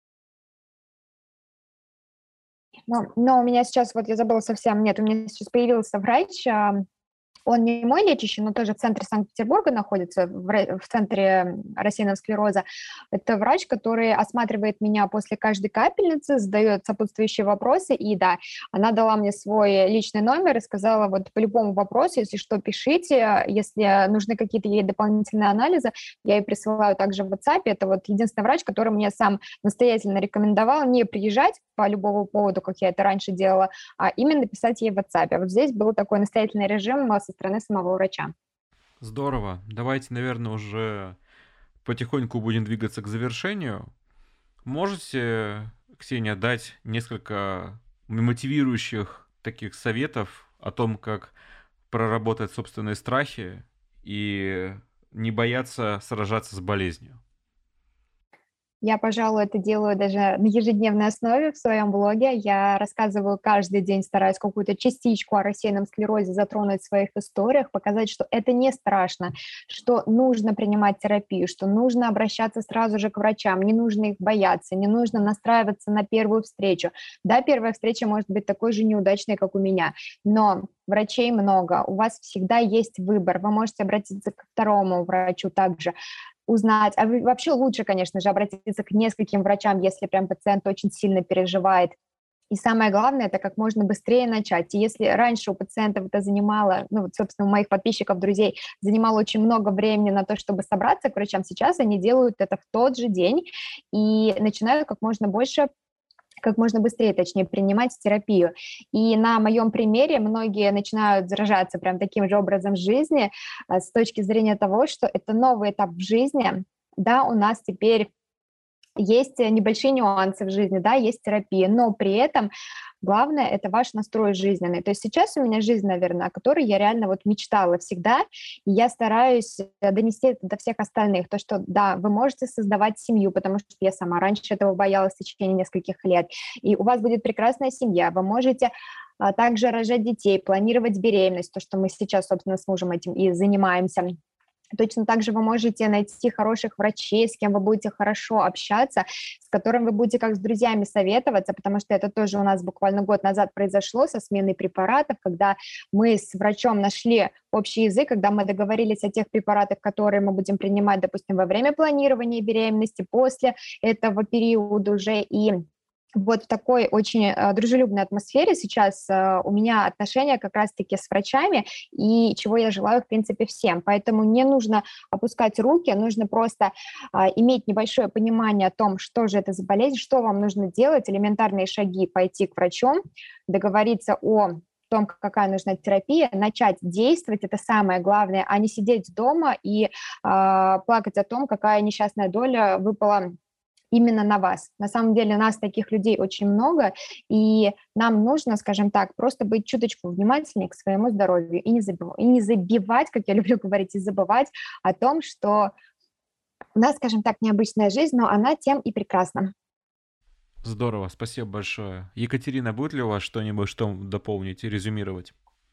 Но у меня сейчас, вот я забыла совсем, нет, у меня сейчас появился врач, он не мой лечащий, но тоже в центре Санкт-Петербурга находится, в центре рассеянного склероза. Это врач, который осматривает меня после каждой капельницы, задает сопутствующие вопросы. И да, она дала мне свой личный номер и сказала, вот по любому вопросу, если что, пишите. Если нужны какие-то ей дополнительные анализы, я ей присылаю также в WhatsApp. Это вот единственный врач, который мне сам настоятельно рекомендовал не приезжать по любому поводу, как я это раньше делала, а именно писать ей в WhatsApp. А вот здесь был такой настоятельный режим со стороны самого врача. Здорово. Давайте, наверное, уже потихоньку будем двигаться к завершению. Можете, Ксения, дать несколько мотивирующих таких советов о том, как проработать собственные страхи и не бояться сражаться с болезнью? Я, пожалуй, это делаю даже на ежедневной основе в своем блоге. Я рассказываю каждый день, стараюсь какую-то частичку о рассеянном склерозе затронуть в своих историях, показать, что это не страшно, что нужно принимать терапию, что нужно обращаться сразу же к врачам, не нужно их бояться, не нужно настраиваться на первую встречу. Да, первая встреча может быть такой же неудачной, как у меня, но врачей много, у вас всегда есть выбор, вы можете обратиться к второму врачу также, узнать, а вообще лучше, конечно же, обратиться к нескольким врачам, если прям пациент очень сильно переживает. И самое главное, это как можно быстрее начать. И если раньше у пациентов это занимало, ну, вот, собственно, у моих подписчиков, друзей, занимало очень много времени на то, чтобы собраться к врачам, сейчас они делают это в тот же день и начинают как можно быстрее, точнее, принимать терапию. И на моем примере многие начинают заражаться прям таким же образом жизни с точки зрения того, что это новый этап в жизни. Да, у нас теперь есть небольшие нюансы в жизни, да, есть терапия, но при этом главное – это ваш настрой жизненный. То есть сейчас у меня жизнь, наверное, о которой я реально вот мечтала всегда, и я стараюсь донести это до всех остальных, то, что да, вы можете создавать семью, потому что я сама раньше этого боялась в течение нескольких лет, и у вас будет прекрасная семья, вы можете также рожать детей, планировать беременность, то, что мы сейчас, собственно, с мужем этим и занимаемся. Точно так же вы можете найти хороших врачей, с кем вы будете хорошо общаться, с которым вы будете как с друзьями советоваться, потому что это тоже у нас буквально год назад произошло со сменой препаратов, когда мы с врачом нашли общий язык, когда мы договорились о тех препаратах, которые мы будем принимать, допустим, во время планирования беременности, после этого периода уже, и вот в такой очень дружелюбной атмосфере сейчас у меня отношения как раз-таки с врачами, и чего я желаю, в принципе, всем. Поэтому не нужно опускать руки, нужно просто иметь небольшое понимание о том, что же это за болезнь, что вам нужно делать, элементарные шаги, пойти к врачу, договориться о том, какая нужна терапия, начать действовать, это самое главное, а не сидеть дома и плакать о том, какая несчастная доля выпала именно на вас. На самом деле нас таких людей очень много, и нам нужно, скажем так, просто быть чуточку внимательнее к своему здоровью и не забивать, как я люблю говорить, и забывать о том, что у нас, скажем так, необычная жизнь, но она тем и прекрасна. Здорово, спасибо большое. Екатерина, будет ли у вас что-нибудь, что дополнить и резюмировать?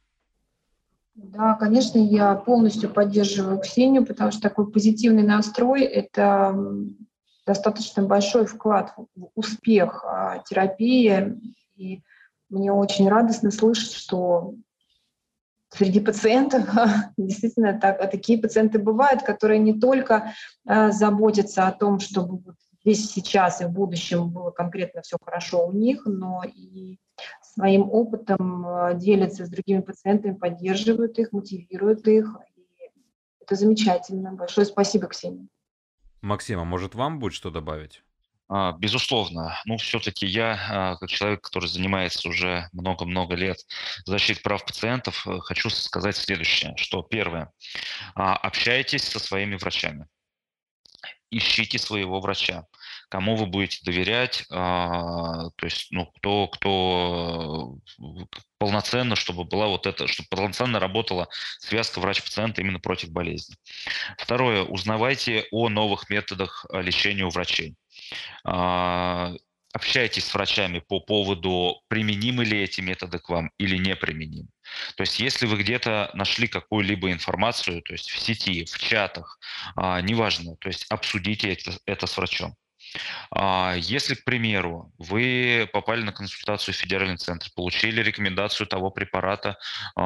Да, конечно, я полностью поддерживаю Ксению, потому что такой позитивный настрой — это достаточно большой вклад в успех терапии. И мне очень радостно слышать, что среди пациентов действительно такие пациенты бывают, которые не только заботятся о том, чтобы вот здесь, сейчас и в будущем было конкретно все хорошо у них, но и своим опытом делятся с другими пациентами, поддерживают их, мотивируют их. И это замечательно. Большое спасибо, Ксения. Максим, а может вам будет что добавить? Безусловно. Ну, все-таки я, как человек, который занимается уже много-много лет защитой прав пациентов, хочу сказать следующее, что первое, общайтесь со своими врачами. Ищите своего врача, кому вы будете доверять, то есть, ну, кто полноценно, чтобы была вот это, чтобы полноценно работала связка врач-пациента именно против болезни. Второе, узнавайте о новых методах лечения у врачей. Общайтесь с врачами по поводу, применимы ли эти методы к вам или неприменимы. То есть если вы где-то нашли какую-либо информацию, то есть в сети, в чатах, неважно, то есть обсудите это с врачом. Если, к примеру, вы попали на консультацию в федеральный центр, получили рекомендацию того препарата,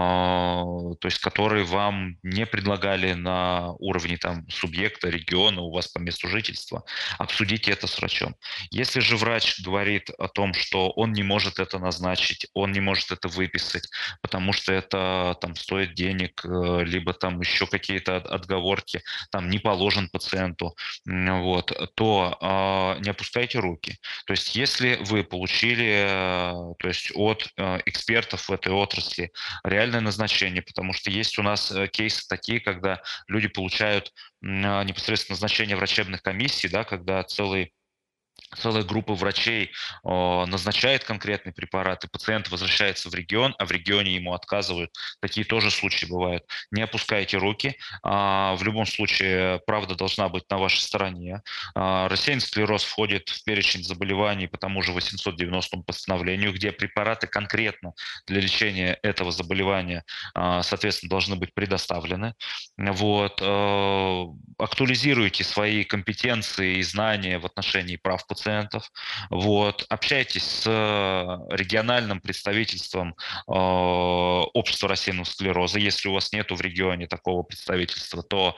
то есть который вам не предлагали на уровне там, субъекта, региона, у вас по месту жительства, обсудите это с врачом. Если же врач говорит о том, что он не может это назначить, он не может это выписать, потому что это там стоит денег, либо там еще какие-то отговорки, там не положен пациенту, вот, то не опускайте руки. То есть если вы получили то есть от экспертов в этой отрасли реальное назначение, потому что есть у нас кейсы такие, когда люди получают непосредственно назначение врачебных комиссий, да, когда целая группа врачей назначает конкретный препарат, и пациент возвращается в регион, а в регионе ему отказывают. Такие тоже случаи бывают. Не опускайте руки. В любом случае, правда должна быть на вашей стороне. Рассеянный склероз входит в перечень заболеваний по тому же 890 постановлению, где препараты конкретно для лечения этого заболевания, соответственно, должны быть предоставлены. Вот. Актуализируйте свои компетенции и знания в отношении прав пациентов. Вот. Общайтесь с региональным представительством общества рассеянного склероза. Если у вас нету в регионе такого представительства, то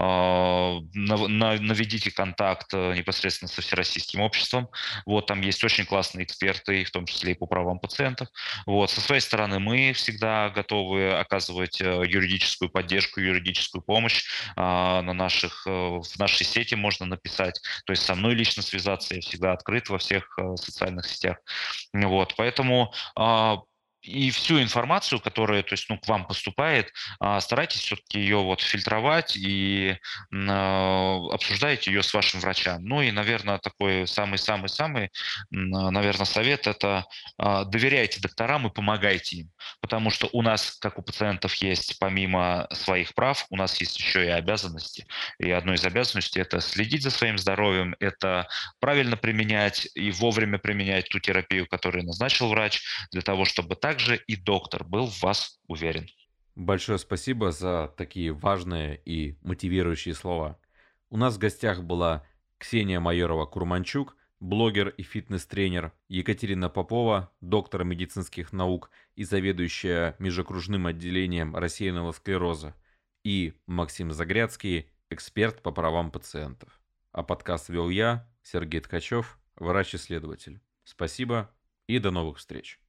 наведите контакт непосредственно со Всероссийским обществом. Вот, там есть очень классные эксперты, в том числе и по правам пациентов. Вот. Со своей стороны мы всегда готовы оказывать юридическую поддержку, юридическую помощь. В нашей сети можно написать, то есть со мной лично связаться, я всегда открыт во всех социальных сетях. Вот, поэтому и всю информацию, которая, то есть, ну, к вам поступает, старайтесь все-таки ее вот фильтровать и обсуждайте ее с вашим врачом. Ну и, наверное, такой самый-самый-самый, наверное, совет – это доверяйте докторам и помогайте им. Потому что у нас, как у пациентов, есть помимо своих прав, у нас есть еще и обязанности. И одной из обязанностей – это следить за своим здоровьем, это правильно применять и вовремя применять ту терапию, которую назначил врач, для того, чтобы также и доктор был в вас уверен. Большое спасибо за такие важные и мотивирующие слова. У нас в гостях была Ксения Майорова-Курманчук, блогер и фитнес-тренер, Екатерина Попова, доктор медицинских наук и заведующая межокружным отделением рассеянного склероза, и Максим Загрядский, эксперт по правам пациентов. А подкаст вел я, Сергей Ткачев, врач-исследователь. Спасибо и до новых встреч.